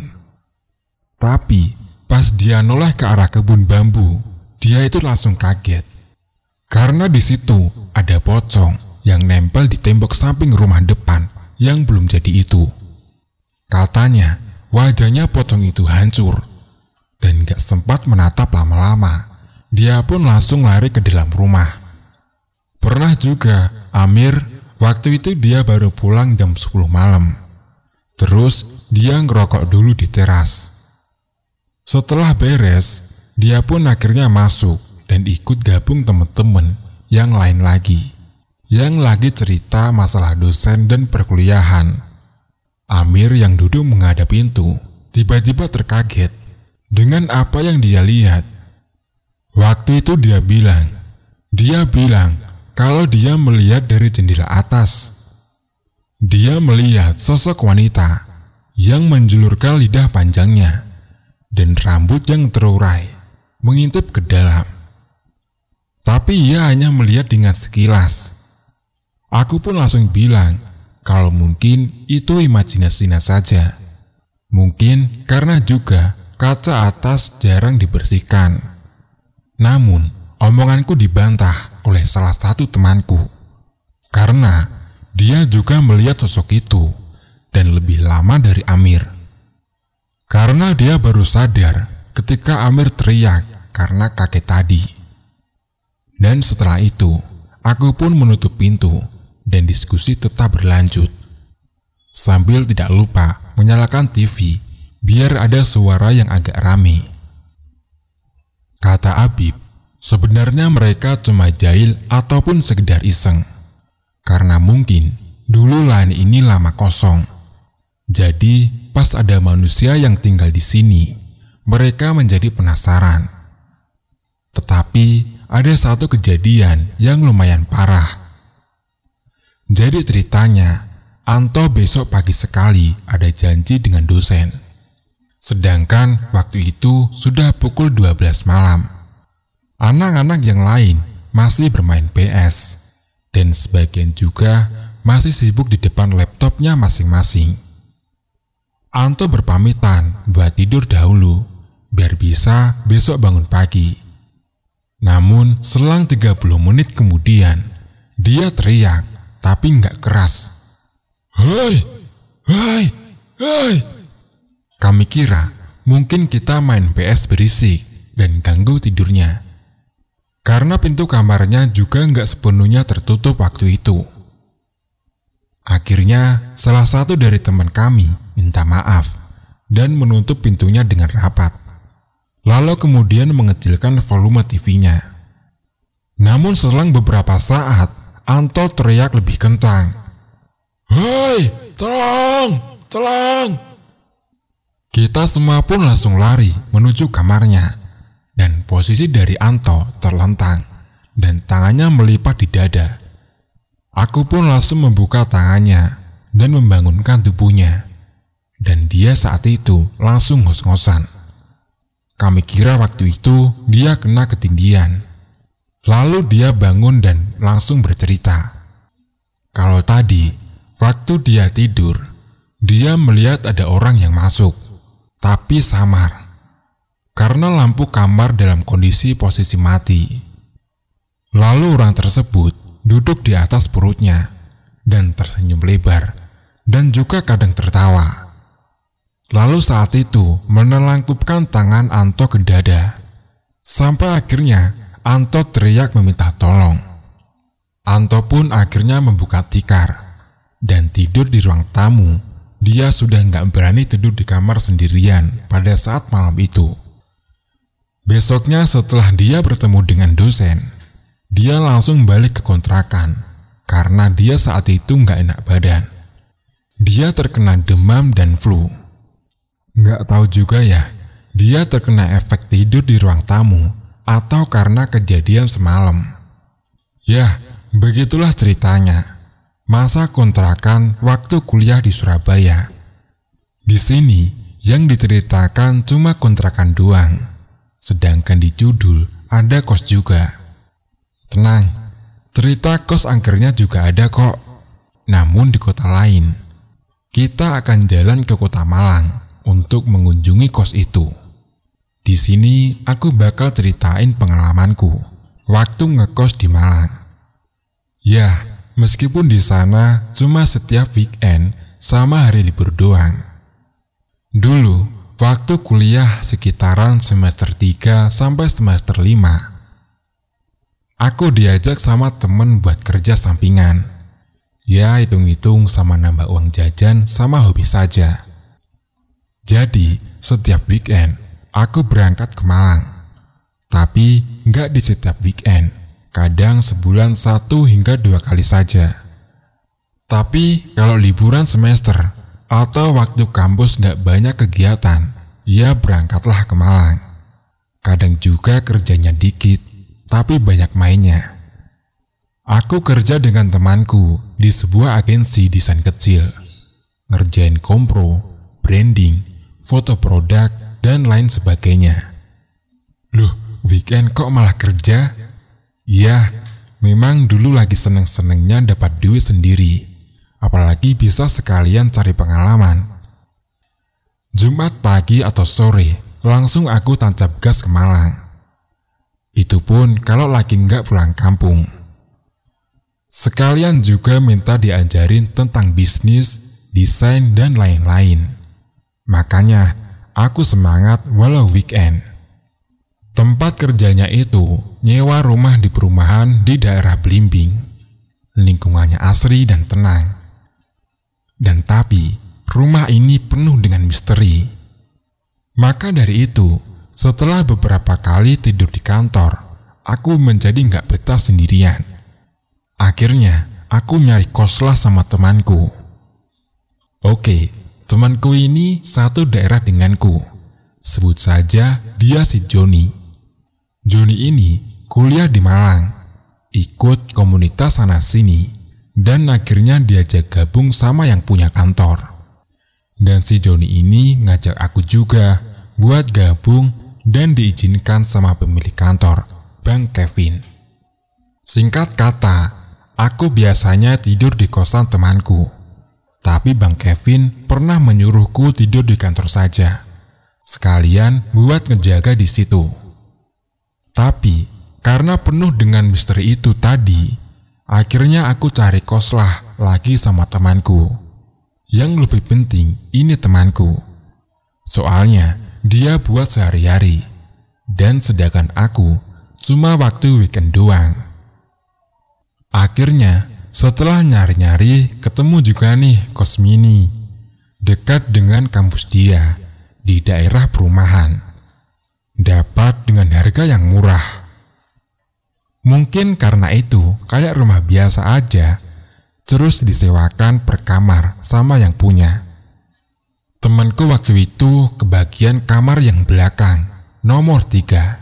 Tapi pas dia noleh ke arah kebun bambu, dia itu langsung kaget. Karena di situ ada pocong yang nempel di tembok samping rumah depan yang belum jadi itu. Katanya wajahnya pocong itu hancur dan gak sempat menatap lama-lama. Dia pun langsung lari ke dalam rumah. Pernah juga Amir, waktu itu dia baru pulang jam 10 malam. Terus dia ngerokok dulu di teras. Setelah beres, dia pun akhirnya masuk dan ikut gabung teman-teman yang lain lagi, yang lagi cerita masalah dosen dan perkuliahan. Amir yang duduk menghadap pintu tiba-tiba terkaget dengan apa yang dia lihat. Waktu itu dia bilang kalau dia melihat dari jendela atas. Dia melihat sosok wanita yang menjulurkan lidah panjangnya dan rambut yang terurai mengintip ke dalam. Tapi ia hanya melihat dengan sekilas. Aku pun langsung bilang kalau mungkin itu imajinasinya saja. Mungkin karena juga kaca atas jarang dibersihkan. Namun, omonganku dibantah oleh salah satu temanku. Karena dia juga melihat sosok itu dan lebih lama dari Amir. Karena dia baru sadar ketika Amir teriak karena kaget tadi. Dan setelah itu, aku pun menutup pintu dan diskusi tetap berlanjut. Sambil tidak lupa menyalakan TV biar ada suara yang agak rame. Kata Abib, sebenarnya mereka cuma jahil ataupun sekedar iseng. Karena mungkin dulu lahan ini lama kosong. Jadi pas ada manusia yang tinggal di sini, mereka menjadi penasaran. Tetapi ada satu kejadian yang lumayan parah. Jadi ceritanya, Anto besok pagi sekali ada janji dengan dosen. Sedangkan waktu itu sudah pukul 12 malam. Anak-anak yang lain masih bermain PS, dan sebagian juga masih sibuk di depan laptopnya masing-masing. Anto berpamitan buat tidur dahulu, biar bisa besok bangun pagi. Namun selang 30 menit kemudian, dia teriak, tapi nggak keras. Hei, hei, hei. Kami kira mungkin kita main PS berisik dan ganggu tidurnya. Karena pintu kamarnya juga nggak sepenuhnya tertutup waktu itu. Akhirnya salah satu dari teman kami minta maaf dan menutup pintunya dengan rapat. Lalu kemudian mengecilkan volume TV-nya. Namun selang beberapa saat, Anto teriak lebih kencang. Hei, tolong, tolong. Kita semua pun langsung lari menuju kamarnya. Dan posisi dari Anto terlentang dan tangannya melipat di dada. Aku pun langsung membuka tangannya dan membangunkan tubuhnya. Dan dia saat itu langsung ngos-ngosan. Kami kira waktu itu dia kena ketindihan. Lalu dia bangun dan langsung bercerita. Kalau tadi, waktu dia tidur, dia melihat ada orang yang masuk, tapi samar. Karena lampu kamar dalam kondisi posisi mati. Lalu orang tersebut duduk di atas perutnya dan tersenyum lebar dan juga kadang tertawa. Lalu saat itu menelangkupkan tangan Anto ke dada. Sampai akhirnya Anto teriak meminta tolong. Anto pun akhirnya membuka tikar dan tidur di ruang tamu. Dia sudah nggak berani tidur di kamar sendirian pada saat malam itu. Besoknya setelah dia bertemu dengan dosen, dia langsung balik ke kontrakan karena dia saat itu nggak enak badan. Dia terkena demam dan flu. Nggak tahu juga ya, dia terkena efek tidur di ruang tamu atau karena kejadian semalam. Yah, begitulah ceritanya. Masa kontrakan waktu kuliah di Surabaya. Di sini yang diceritakan cuma kontrakan doang, sedangkan di judul ada kos juga. Tenang, cerita kos angkernya juga ada kok, namun di kota lain. Kita akan jalan ke kota Malang untuk mengunjungi kos itu. Di sini aku bakal ceritain pengalamanku waktu ngekos di Malang. Ya, meskipun di sana cuma setiap weekend sama hari libur doang. Dulu, waktu kuliah sekitaran semester 3 sampai semester 5, aku diajak sama temen buat kerja sampingan. Ya, hitung-hitung sama nambah uang jajan sama hobi saja. Jadi, setiap weekend, aku berangkat ke Malang. Tapi, nggak di setiap weekend. Kadang sebulan 1 hingga 2 kali saja. Tapi kalau liburan semester atau waktu kampus nggak banyak kegiatan, ya berangkatlah ke Malang. Kadang juga kerjanya dikit, tapi banyak mainnya. Aku kerja dengan temanku di sebuah agensi desain kecil, ngerjain kompro, branding, foto produk, dan lain sebagainya. Loh, weekend kok malah kerja? Ya, memang dulu lagi seneng-senengnya dapat duit sendiri, apalagi bisa sekalian cari pengalaman. Jumat pagi atau sore, langsung aku tancap gas ke Malang. Itu pun kalau lagi nggak pulang kampung. Sekalian juga minta diajarin tentang bisnis, desain, dan lain-lain. Makanya, aku semangat walau weekend. Tempat kerjanya itu nyewa rumah di perumahan di daerah Belimbing. Lingkungannya asri dan tenang. Dan tapi, rumah ini penuh dengan misteri. Maka dari itu, setelah beberapa kali tidur di kantor, aku menjadi nggak betah sendirian. Akhirnya, aku nyari koslah sama temanku. Oke, temanku ini satu daerah denganku. Sebut saja dia si Joni. Joni ini kuliah di Malang, ikut komunitas sana-sini, dan akhirnya diajak gabung sama yang punya kantor. Dan si Joni ini ngajak aku juga buat gabung dan diizinkan sama pemilik kantor, Bang Kevin. Singkat kata, aku biasanya tidur di kosan temanku. Tapi Bang Kevin pernah menyuruhku tidur di kantor saja, sekalian buat ngejaga di situ. Tapi, karena penuh dengan misteri itu tadi, akhirnya aku cari koslah lagi sama temanku. Yang lebih penting, ini temanku. Soalnya, dia buat sehari-hari. Dan sedangkan aku, cuma waktu weekend doang. Akhirnya, setelah nyari-nyari, ketemu juga nih kos mini. Dekat dengan kampus dia, di daerah perumahan. Dapat dengan harga yang murah. Mungkin karena itu kayak rumah biasa aja, terus disewakan per kamar sama yang punya. Temanku waktu itu kebagian kamar yang belakang, nomor 3.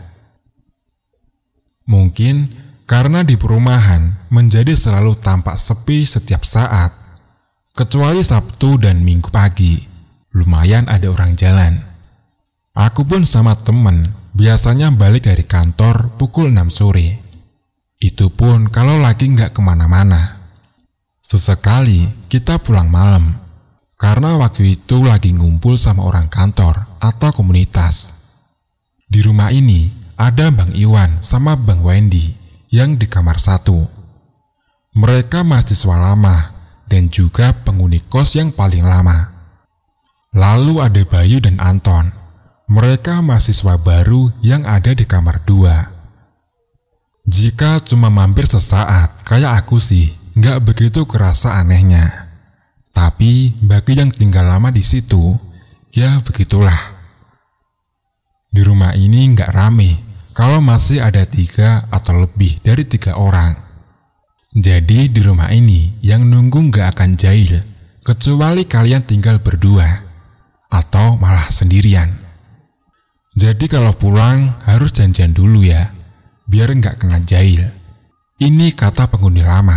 Mungkin karena di perumahan menjadi selalu tampak sepi setiap saat, kecuali Sabtu dan Minggu pagi, lumayan ada orang jalan. Aku pun sama temen biasanya balik dari kantor pukul 6 sore. Itu pun kalau lagi nggak kemana-mana. Sesekali kita pulang malam, karena waktu itu lagi ngumpul sama orang kantor atau komunitas. Di rumah ini ada Bang Iwan sama Bang Wendy yang di kamar 1. Mereka mahasiswa lama dan juga penghuni kos yang paling lama. Lalu ada Bayu dan Anton. Mereka mahasiswa baru yang ada di kamar 2. Jika cuma mampir sesaat, kayak aku sih, nggak begitu kerasa anehnya. Tapi bagi yang tinggal lama di situ, ya begitulah. Di rumah ini nggak rame, kalau masih ada 3 atau lebih dari 3 orang. Jadi di rumah ini yang nunggu nggak akan jahil, kecuali kalian tinggal berdua, atau malah sendirian. Jadi kalau pulang harus janjian dulu ya, biar nggak kena jahil. Ini kata penghuni lama.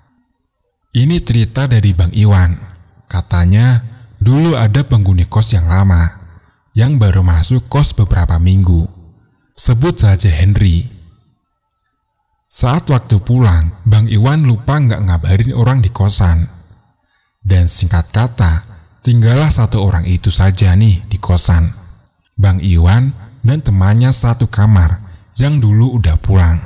Ini cerita dari Bang Iwan. Katanya dulu ada penghuni kos yang lama, yang baru masuk kos beberapa minggu. Sebut saja Henry. Saat waktu pulang, Bang Iwan lupa nggak ngabarin orang di kosan. Dan singkat kata, tinggallah satu orang itu saja nih di kosan. Bang Iwan dan temannya satu kamar yang dulu udah pulang.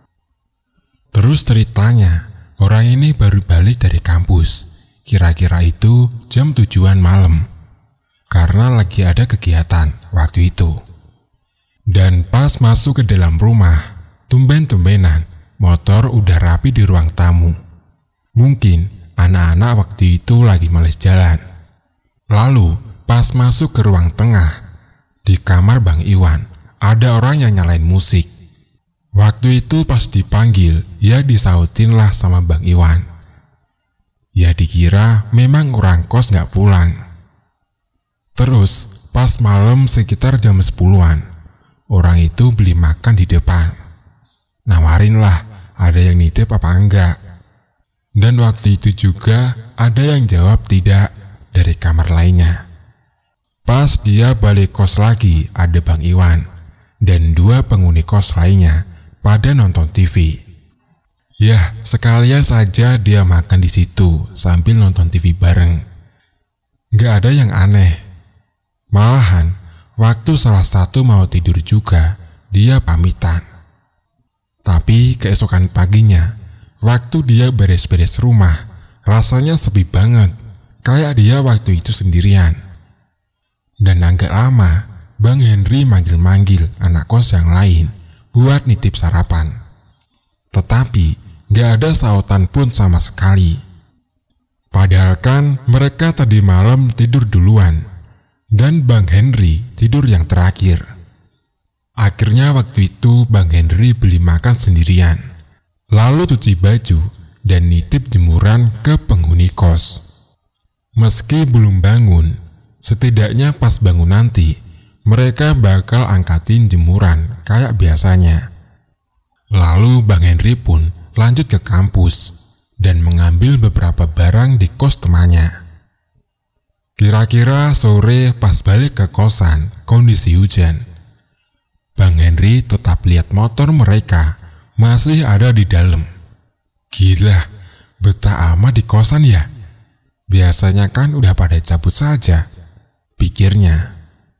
Terus ceritanya, orang ini baru balik dari kampus. Kira-kira itu jam 7-an malam. Karena lagi ada kegiatan waktu itu. Dan pas masuk ke dalam rumah, tumben-tumbenan motor udah rapi di ruang tamu. Mungkin anak-anak waktu itu lagi males jalan. Lalu pas masuk ke ruang tengah, di kamar Bang Iwan ada orang yang nyalain musik. Waktu itu pas dipanggil, ya disautin lah sama Bang Iwan. Ya dikira memang orang kos gak pulang. Terus pas malam sekitar jam 10-an, orang itu beli makan di depan. Nawarin lah, ada yang nitip apa enggak. Dan waktu itu juga ada yang jawab tidak dari kamar lainnya. Pas dia balik kos lagi, ada Bang Iwan dan 2 penghuni kos lainnya pada nonton TV. Yah, sekalian saja dia makan di situ sambil nonton TV bareng. Gak ada yang aneh. Malahan, waktu salah satu mau tidur juga, dia pamitan. Tapi keesokan paginya, waktu dia beres-beres rumah, rasanya sepi banget, kayak dia waktu itu sendirian. Dan agak lama, Bang Henry manggil-manggil anak kos yang lain buat nitip sarapan. Tetapi gak ada sautan pun sama sekali. Padahal kan mereka tadi malam tidur duluan, dan Bang Henry tidur yang terakhir. Akhirnya waktu itu Bang Henry beli makan sendirian, lalu cuci baju dan nitip jemuran ke penghuni kos. Meski belum bangun, setidaknya pas bangun nanti, mereka bakal angkatin jemuran kayak biasanya. Lalu Bang Henry pun lanjut ke kampus dan mengambil beberapa barang di kos temannya. Kira-kira sore pas balik ke kosan, kondisi hujan. Bang Henry tetap lihat motor mereka masih ada di dalam. Gila, betah amat di kosan ya. Biasanya kan udah pada cabut saja, pikirnya.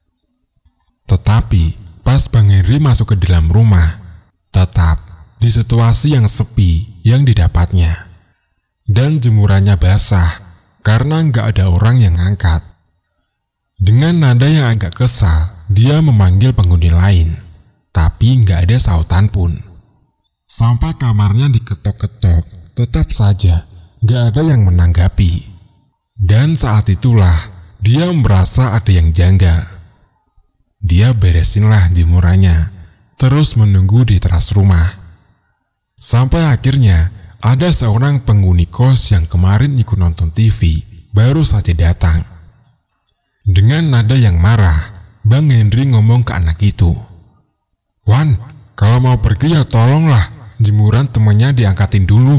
Tetapi pas Bang Henry masuk ke dalam rumah, tetap di situasi yang sepi yang didapatnya. Dan jemurannya basah karena nggak ada orang yang angkat. Dengan nada yang agak kesal, dia memanggil penghuni lain, tapi nggak ada sautan pun. Sampai kamarnya diketok-ketok, tetap saja nggak ada yang menanggapi. Dan saat itulah dia merasa ada yang janggal. Dia beresinlah jemurannya, terus menunggu di teras rumah. Sampai akhirnya ada seorang penghuni kos yang kemarin ikut nonton TV baru saja datang. Dengan nada yang marah, Bang Henry ngomong ke anak itu, "Wan, kalau mau pergi ya tolonglah jemuran temannya diangkatin dulu."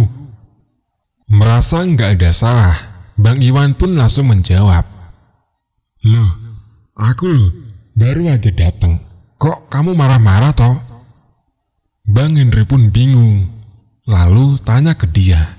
Merasa nggak ada salah, Bang Iwan pun langsung menjawab, "Loh, aku loh baru aja datang. Kok kamu marah-marah toh?" Bang Henry pun bingung, lalu tanya ke dia,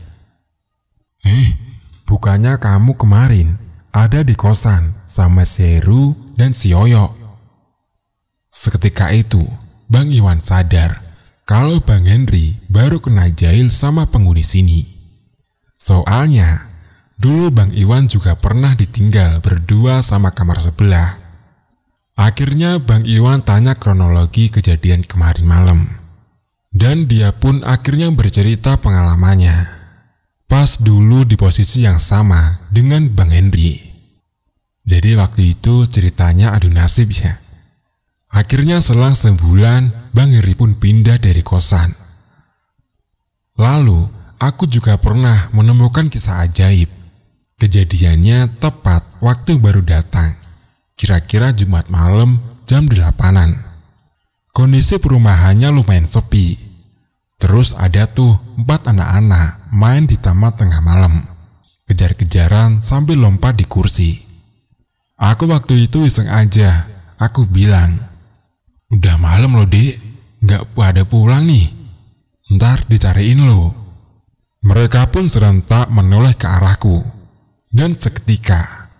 bukannya kamu kemarin ada di kosan sama si Heru dan si Yoyo?" Seketika itu, Bang Iwan sadar kalau Bang Henry baru kena jahil sama penghuni sini. Soalnya, dulu Bang Iwan juga pernah ditinggal berdua sama kamar sebelah. Akhirnya Bang Iwan tanya kronologi kejadian kemarin malam. Dan dia pun akhirnya bercerita pengalamannya. Pas dulu di posisi yang sama dengan Bang Henry. Jadi waktu itu ceritanya adu nasib ya. Akhirnya selang sebulan, Bang Henry pun pindah dari kosan. Lalu, aku juga pernah menemukan kisah ajaib. Kejadiannya tepat waktu baru datang. Kira-kira Jumat malam jam 8-an. Kondisi perumahannya lumayan sepi. Terus ada tuh 4 anak-anak main di taman tengah malam, kejar-kejaran sambil lompat di kursi. Aku waktu itu iseng aja, aku bilang, "Udah malam loh Dek, gak pada pulang nih, ntar dicariin loh." Mereka pun serentak menoleh ke arahku, dan seketika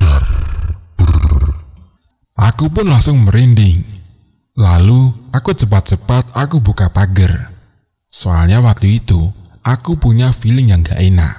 aku pun langsung merinding. Lalu aku cepat-cepat aku buka pagar. Soalnya waktu itu aku punya feeling yang gak enak.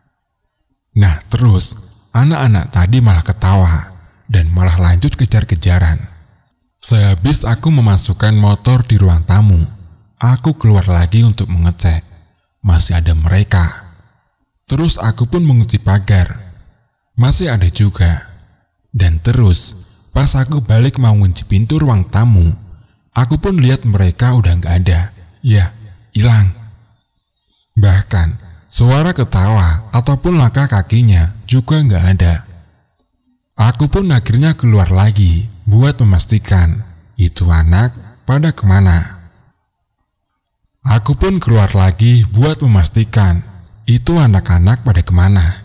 Nah terus anak-anak tadi malah ketawa dan malah lanjut kejar-kejaran. Sehabis aku memasukkan motor di ruang tamu, aku keluar lagi untuk mengecek. Masih ada mereka. Terus aku pun mengunci pagar. Masih ada juga. Dan terus pas aku balik mau ngunci pintu ruang tamu, aku pun lihat mereka udah gak ada. Ya, hilang. Bahkan suara ketawa ataupun langkah kakinya juga gak ada. Aku pun akhirnya keluar lagi buat memastikan itu anak pada kemana. Aku pun keluar lagi buat memastikan itu anak-anak pada kemana.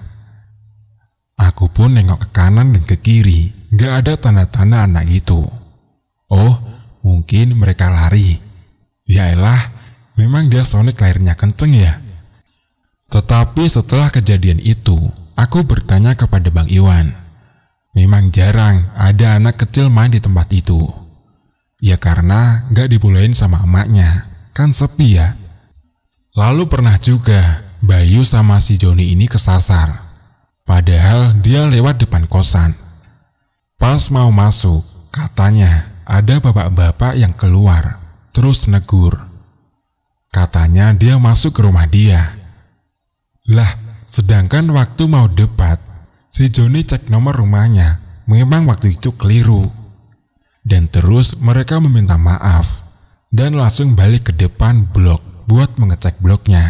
Aku pun nengok ke kanan dan ke kiri, gak ada tanda-tanda anak itu. Oh, mungkin mereka lari. Yaelah, memang dia Sonic lahirnya kenceng ya. Tetapi setelah kejadian itu, aku bertanya kepada Bang Iwan. Memang jarang ada anak kecil main di tempat itu. Ya karena gak dibolehin sama emaknya, kan sepi ya. Lalu pernah juga Bayu sama si Joni ini kesasar. Padahal dia lewat depan kosan. Pas mau masuk, katanya ada bapak-bapak yang keluar, terus negur. Katanya dia masuk ke rumah dia. Lah, sedangkan waktu mau debat, si Joni cek nomor rumahnya, memang waktu itu keliru. Dan terus mereka meminta maaf, dan langsung balik ke depan blok buat mengecek bloknya.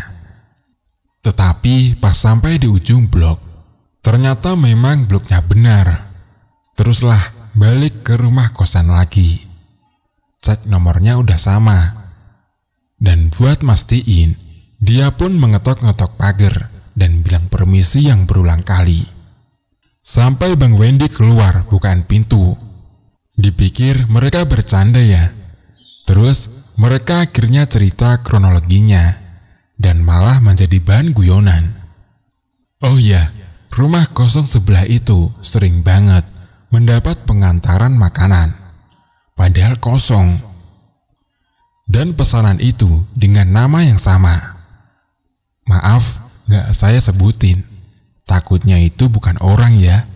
Tetapi pas sampai di ujung blok, ternyata memang bloknya benar. Teruslah balik ke rumah kosan lagi. Cek nomornya udah sama. Dan buat mastiin, dia pun mengetok-ngetok pagar dan bilang permisi yang berulang kali. Sampai Bang Wendy keluar bukaan pintu. Dipikir mereka bercanda ya. Terus mereka akhirnya cerita kronologinya dan malah menjadi bahan guyonan. Oh iya, rumah kosong sebelah itu sering banget mendapat pengantaran makanan, padahal kosong. Dan pesanan itu dengan nama yang sama. Maaf, gak saya sebutin. Takutnya itu bukan orang ya.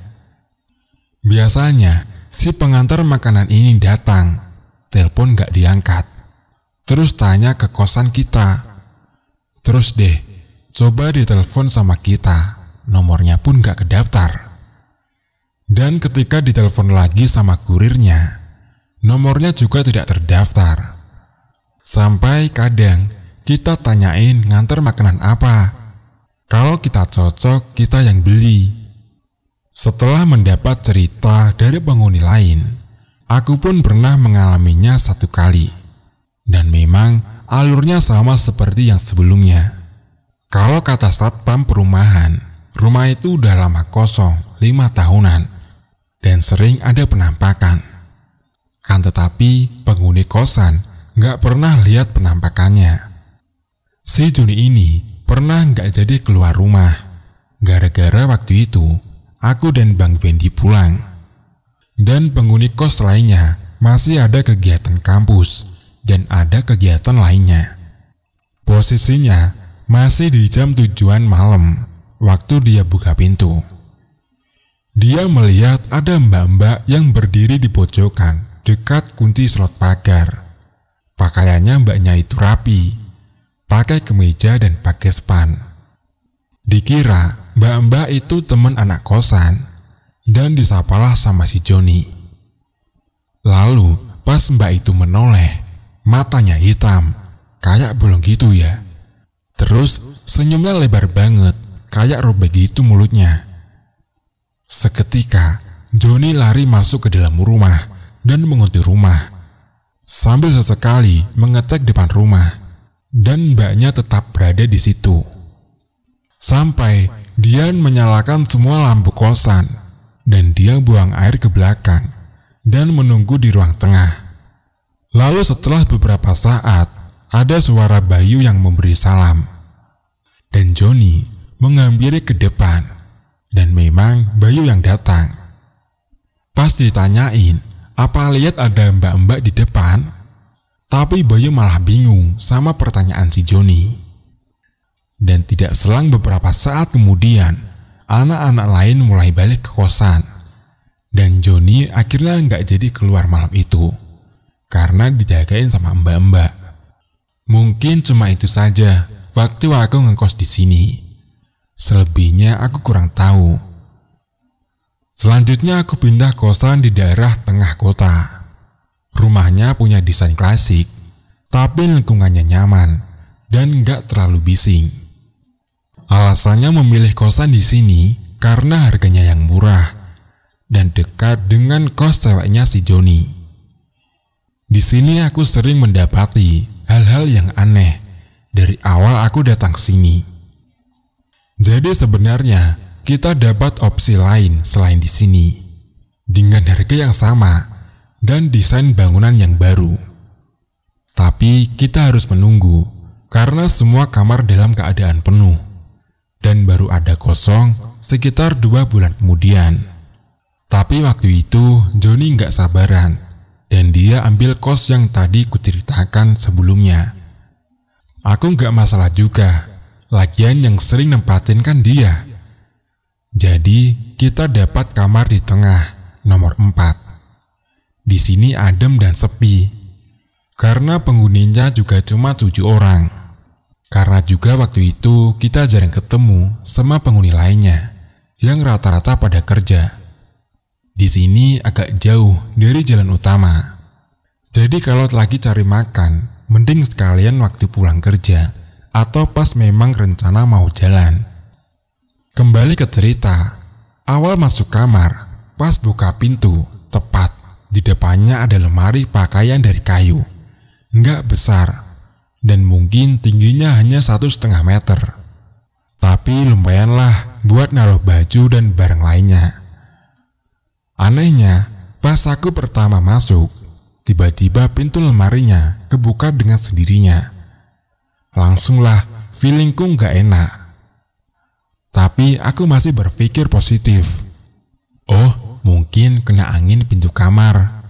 Biasanya si pengantar makanan ini datang, telepon gak diangkat. Terus tanya ke kosan kita. Terus deh, coba ditelepon sama kita. Nomornya pun gak kedaftar. Dan ketika ditelepon lagi sama kurirnya, nomornya juga tidak terdaftar. Sampai kadang kita tanyain nganter makanan apa. Kalau kita cocok, kita yang beli. Setelah mendapat cerita dari penghuni lain, aku pun pernah mengalaminya 1 kali. Dan memang alurnya sama seperti yang sebelumnya. Kalau kata satpam perumahan, rumah itu udah lama kosong, 5 tahunan, dan sering ada penampakan. Kan tetapi penghuni kosan gak pernah lihat penampakannya. Si Joni ini pernah gak jadi keluar rumah, gara-gara waktu itu aku dan Bang Wendy pulang. Dan penghuni kos lainnya masih ada kegiatan kampus dan ada kegiatan lainnya. Posisinya masih di jam 7-an malam, waktu dia buka pintu. Dia melihat ada mbak-mbak yang berdiri di pojokan dekat kunci slot pagar. Pakaiannya mbaknya itu rapi, pakai kemeja dan pakai span. Dikira mbak-mbak itu teman anak kosan dan disapalah sama si Joni. Lalu pas mbak itu menoleh, matanya hitam, kayak bolong gitu ya. Terus senyumnya lebar banget, kayak robek gitu mulutnya. Seketika, Joni lari masuk ke dalam rumah dan mengunci rumah, sambil sesekali mengecek depan rumah. dan mbaknya tetap berada di situ. Sampai Dian menyalakan semua lampu kosan dan dia buang air ke belakang dan menunggu di ruang tengah. Lalu setelah beberapa saat, ada suara Bayu yang memberi salam. Dan Joni menghampiri ke depan, dan memang Bayu yang datang. Pas ditanyain, apa lihat ada mbak-mbak di depan? Tapi Bayu malah bingung sama pertanyaan si Joni. Dan tidak selang beberapa saat kemudian, anak-anak lain mulai balik ke kosan. Dan Joni akhirnya nggak jadi keluar malam itu, karena dijagain sama mbak-mbak. Mungkin cuma itu saja waktu aku ngekos di sini. Selebihnya aku kurang tahu. Selanjutnya aku pindah kosan di daerah tengah kota. Rumahnya punya desain klasik, tapi lingkungannya nyaman dan nggak terlalu bising. Alasannya memilih kosan di sini karena harganya yang murah dan dekat dengan kos ceweknya si Joni. Di sini aku sering mendapati hal-hal yang aneh dari awal aku datang sini. Jadi sebenarnya kita dapat opsi lain selain di sini, dengan harga yang sama dan desain bangunan yang baru. Tapi kita harus menunggu karena semua kamar dalam keadaan penuh. Dan baru ada kosong sekitar 2 bulan kemudian. Tapi waktu itu Joni nggak sabaran dan dia ambil kos yang tadi kuceritakan sebelumnya. Aku nggak masalah juga, lagian yang sering nempatin kan dia. Jadi kita dapat kamar di tengah, nomor 4. Di sini adem dan sepi, karena penghuninya juga cuma 7 orang. Karena juga waktu itu kita jarang ketemu sama penghuni lainnya yang rata-rata pada kerja. Di sini agak jauh dari jalan utama. Jadi kalau lagi cari makan, mending sekalian waktu pulang kerja atau pas memang rencana mau jalan. Kembali ke cerita, awal masuk kamar, pas buka pintu, tepat di depannya ada lemari pakaian dari kayu. Nggak besar. Dan mungkin tingginya hanya 1,5 meter. Tapi lumayanlah buat naruh baju dan barang lainnya. Anehnya, pas aku pertama masuk, tiba-tiba pintu lemarinya kebuka dengan sendirinya. Langsunglah feelingku nggak enak. Tapi aku masih berpikir positif. Oh, mungkin kena angin pintu kamar.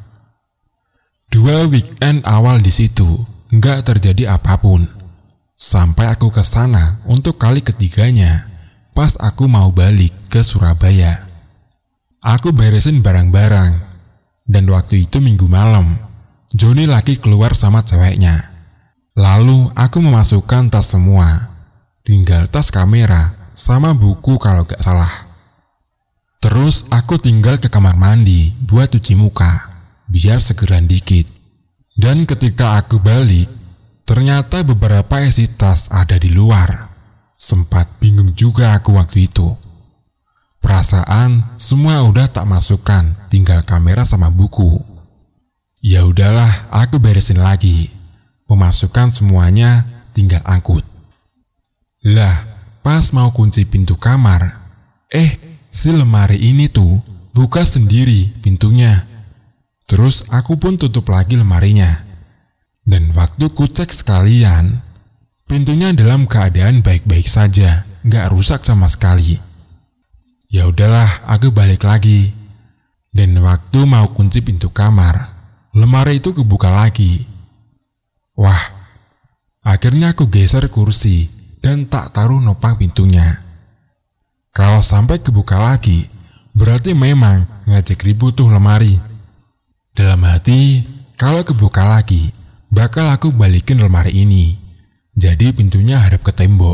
2 weekend awal di situ nggak terjadi apapun. Sampai aku ke sana untuk kali ketiganya pas aku mau balik ke Surabaya. Aku beresin barang-barang. Dan waktu itu minggu malam, Joni lagi keluar sama ceweknya. Lalu aku memasukkan tas semua. Tinggal tas kamera sama buku kalau gak salah. Terus aku tinggal ke kamar mandi buat cuci muka, biar segeran dikit. Dan ketika aku balik, ternyata beberapa isi tas ada di luar. Sempat bingung juga aku waktu itu. Perasaan semua udah tak masukkan, tinggal kamera sama buku. Ya udahlah, aku beresin lagi. Memasukkan semuanya, tinggal angkut. Lah, pas mau kunci pintu kamar, si lemari ini tuh buka sendiri pintunya. Terus aku pun tutup lagi lemarinya. Dan waktu ku cek sekalian, pintunya dalam keadaan baik-baik saja, gak rusak sama sekali. Ya udahlah, aku balik lagi. Dan waktu mau kunci pintu kamar, lemari itu kebuka lagi. Wah, akhirnya aku geser kursi dan tak taruh nopang pintunya. Kalau sampai kebuka lagi, berarti memang ngajak ribut tuh lemari. Dalam hati, kalau kebuka lagi, bakal aku balikin lemari ini. Jadi pintunya hadap ke tembok.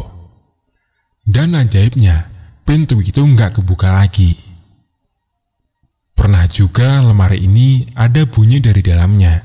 Dan ajaibnya, pintu itu nggak kebuka lagi. Pernah juga lemari ini ada bunyi dari dalamnya.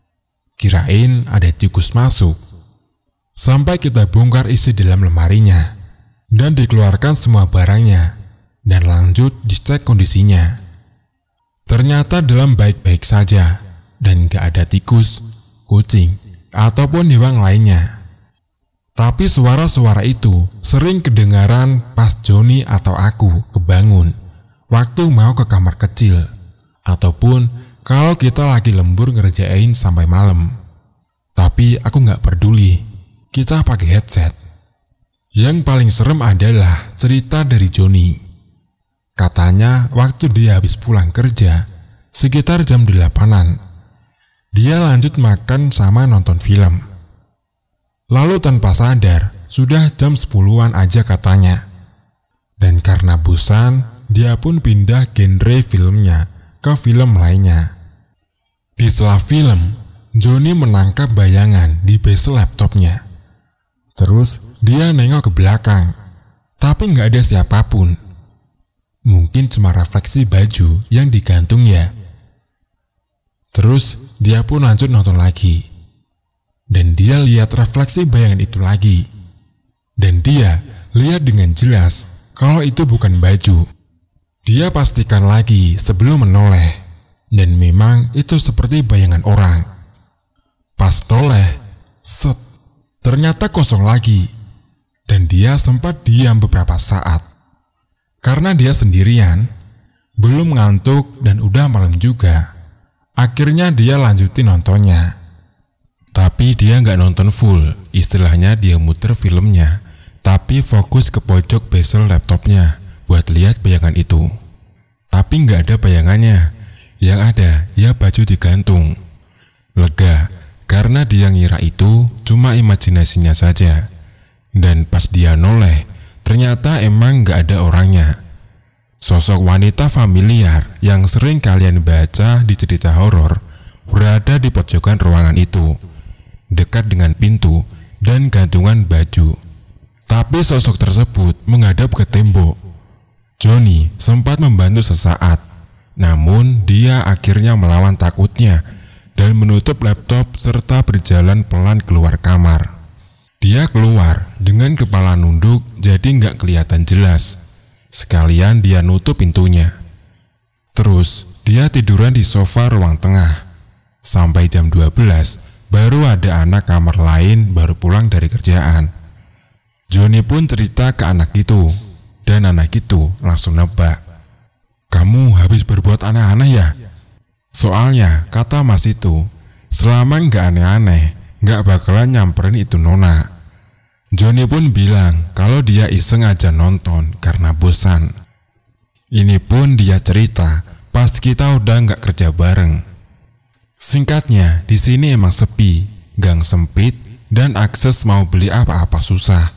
Kirain ada tikus masuk. Sampai kita bongkar isi dalam lemarinya dan dikeluarkan semua barangnya dan lanjut dicek kondisinya. Ternyata dalam baik-baik saja dan gak ada tikus, kucing, ataupun hewan lainnya. Tapi suara-suara itu sering kedengaran pas Joni atau aku kebangun waktu mau ke kamar kecil, ataupun kalau kita lagi lembur ngerjain sampai malam. Tapi aku gak peduli, kita pakai headset. Yang paling serem adalah cerita dari Joni. Katanya waktu dia habis pulang kerja, sekitar jam 8-an, dia lanjut makan sama nonton film. Lalu tanpa sadar, sudah jam 10-an aja katanya. Dan karena bosan, dia pun pindah genre filmnya ke film lainnya. Di sela film, Joni menangkap bayangan di bezel laptopnya. Terus dia nengok ke belakang, tapi nggak ada siapapun. Mungkin cuma refleksi baju yang digantung ya. Terus dia pun lanjut nonton lagi. Dan dia lihat refleksi bayangan itu lagi. Dan dia lihat dengan jelas kalau itu bukan baju. Dia pastikan lagi sebelum menoleh. Dan memang itu seperti bayangan orang. Pas noleh, set, ternyata kosong lagi. Dan dia sempat diam beberapa saat. Karena dia sendirian, belum ngantuk dan udah malam juga. Akhirnya dia lanjutin nontonnya. Tapi dia nggak nonton full, istilahnya dia muter filmnya, tapi fokus ke pojok bezel laptopnya buat lihat bayangan itu. Tapi nggak ada bayangannya, yang ada ya baju digantung. Lega, karena dia ngira itu cuma imajinasinya saja. Dan pas dia noleh, ternyata emang nggak ada orangnya. Sosok wanita familiar yang sering kalian baca di cerita horor berada di pojokan ruangan itu, dekat dengan pintu dan gantungan baju. Tapi sosok tersebut menghadap ke tembok. Joni sempat membantu sesaat, namun dia akhirnya melawan takutnya dan menutup laptop serta berjalan pelan keluar kamar. Dia keluar dengan kepala nunduk jadi nggak kelihatan jelas. Sekalian dia nutup pintunya. Terus dia tiduran di sofa ruang tengah. Sampai jam 12 baru ada anak kamar lain baru pulang dari kerjaan. Joni pun cerita ke anak itu, dan anak itu langsung nebak. "Kamu habis berbuat aneh-aneh ya?" Soalnya kata mas itu, selama nggak aneh-aneh, nggak bakalan nyamperin itu nona. Joni pun bilang kalau dia iseng aja nonton karena bosan. Ini pun dia cerita pas kita udah nggak kerja bareng. Singkatnya, di sini emang sepi, gang sempit, dan akses mau beli apa-apa susah.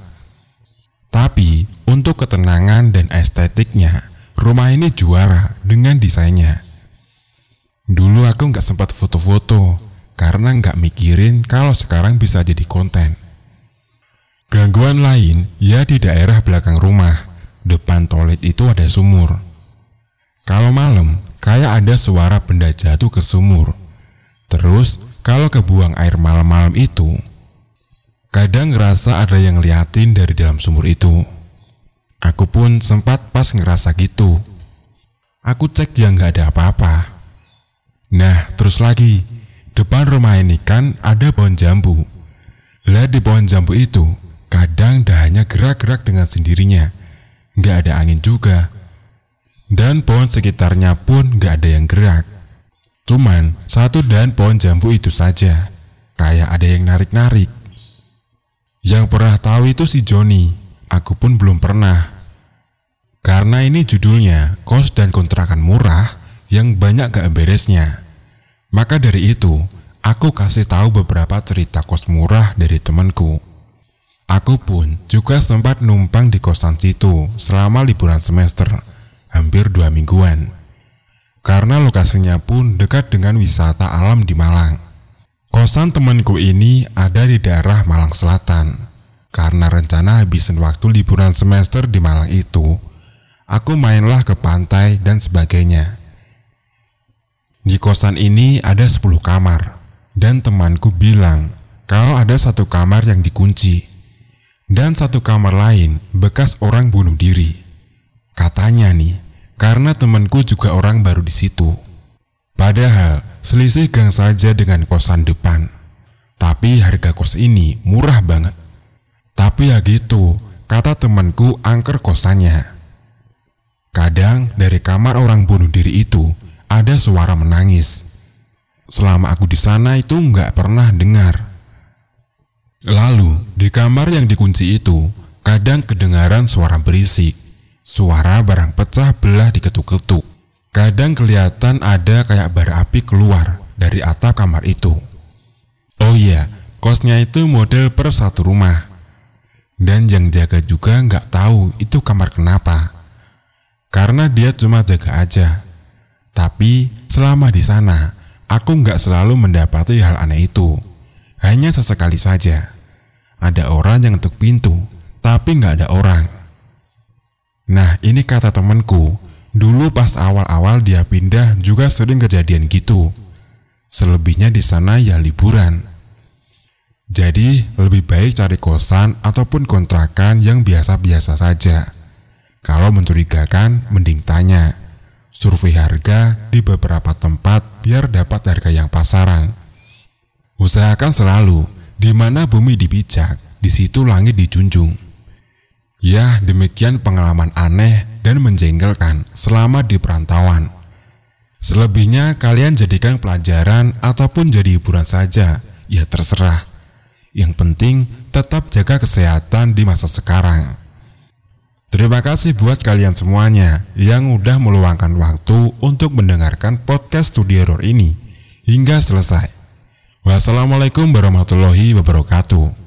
Tapi untuk ketenangan dan estetiknya, rumah ini juara dengan desainnya. Dulu aku nggak sempat foto-foto karena nggak mikirin kalau sekarang bisa jadi konten. Gangguan lain, ya di daerah belakang rumah, depan toilet itu ada sumur. Kalau malam, kayak ada suara benda jatuh ke sumur. Terus, kalau kebuang air malam-malam itu, kadang ngerasa ada yang ngeliatin dari dalam sumur itu. Aku pun sempat pas ngerasa gitu. Aku cek ya nggak ada apa-apa. Nah, terus lagi, depan rumah ini kan ada pohon jambu. Lah di pohon jambu itu, kadang dahannya gerak-gerak dengan sendirinya. Nggak ada angin juga. Dan pohon sekitarnya pun nggak ada yang gerak. Cuman satu dahan pohon jambu itu saja, kayak ada yang narik-narik. Yang pernah tahu itu si Joni, aku pun belum pernah. Karena ini judulnya kos dan kontrakan murah yang banyak gak beresnya. Maka dari itu, aku kasih tahu beberapa cerita kos murah dari temanku. Aku pun juga sempat numpang di kosan situ selama liburan semester, hampir 2 mingguan. Karena lokasinya pun dekat dengan wisata alam di Malang. Kosan temanku ini ada di daerah Malang Selatan. Karena rencana habisin waktu liburan semester di Malang itu, aku mainlah ke pantai dan sebagainya. Di kosan ini ada 10 kamar, dan temanku bilang kalau ada 1 kamar yang dikunci, dan 1 kamar lain bekas orang bunuh diri. Katanya nih, karena temanku juga orang baru di situ. Padahal selisih gang saja dengan kosan depan. Tapi harga kos ini murah banget. Tapi ya gitu, kata temanku angker kosannya. Kadang dari kamar orang bunuh diri itu ada suara menangis. Selama aku di sana itu nggak pernah dengar. Lalu di kamar yang dikunci itu kadang kedengaran suara berisik, suara barang pecah belah diketuk-ketuk. Kadang kelihatan ada kayak bara api keluar dari atap kamar itu. Oh iya, kosnya itu model per satu rumah. Dan yang jaga juga nggak tahu itu kamar kenapa. Karena dia cuma jaga aja. Tapi selama di sana, aku nggak selalu mendapati hal aneh itu. Hanya sesekali saja. Ada orang yang ngetuk pintu, tapi nggak ada orang. Nah, ini kata temanku. Dulu pas awal-awal dia pindah juga sering kejadian gitu. Selebihnya di sana ya liburan. Jadi lebih baik cari kosan ataupun kontrakan yang biasa-biasa saja. Kalau mencurigakan, mending tanya. Survei harga di beberapa tempat biar dapat harga yang pasaran. Usahakan selalu, di mana bumi dipijak, di situ langit dijunjung. Ya, demikian pengalaman aneh dan menjengkelkan selama di perantauan. Selebihnya kalian jadikan pelajaran ataupun jadi hiburan saja, ya terserah. Yang penting tetap jaga kesehatan di masa sekarang. Terima kasih buat kalian semuanya yang udah meluangkan waktu untuk mendengarkan podcast Studio Horor ini hingga selesai. Wassalamualaikum warahmatullahi wabarakatuh.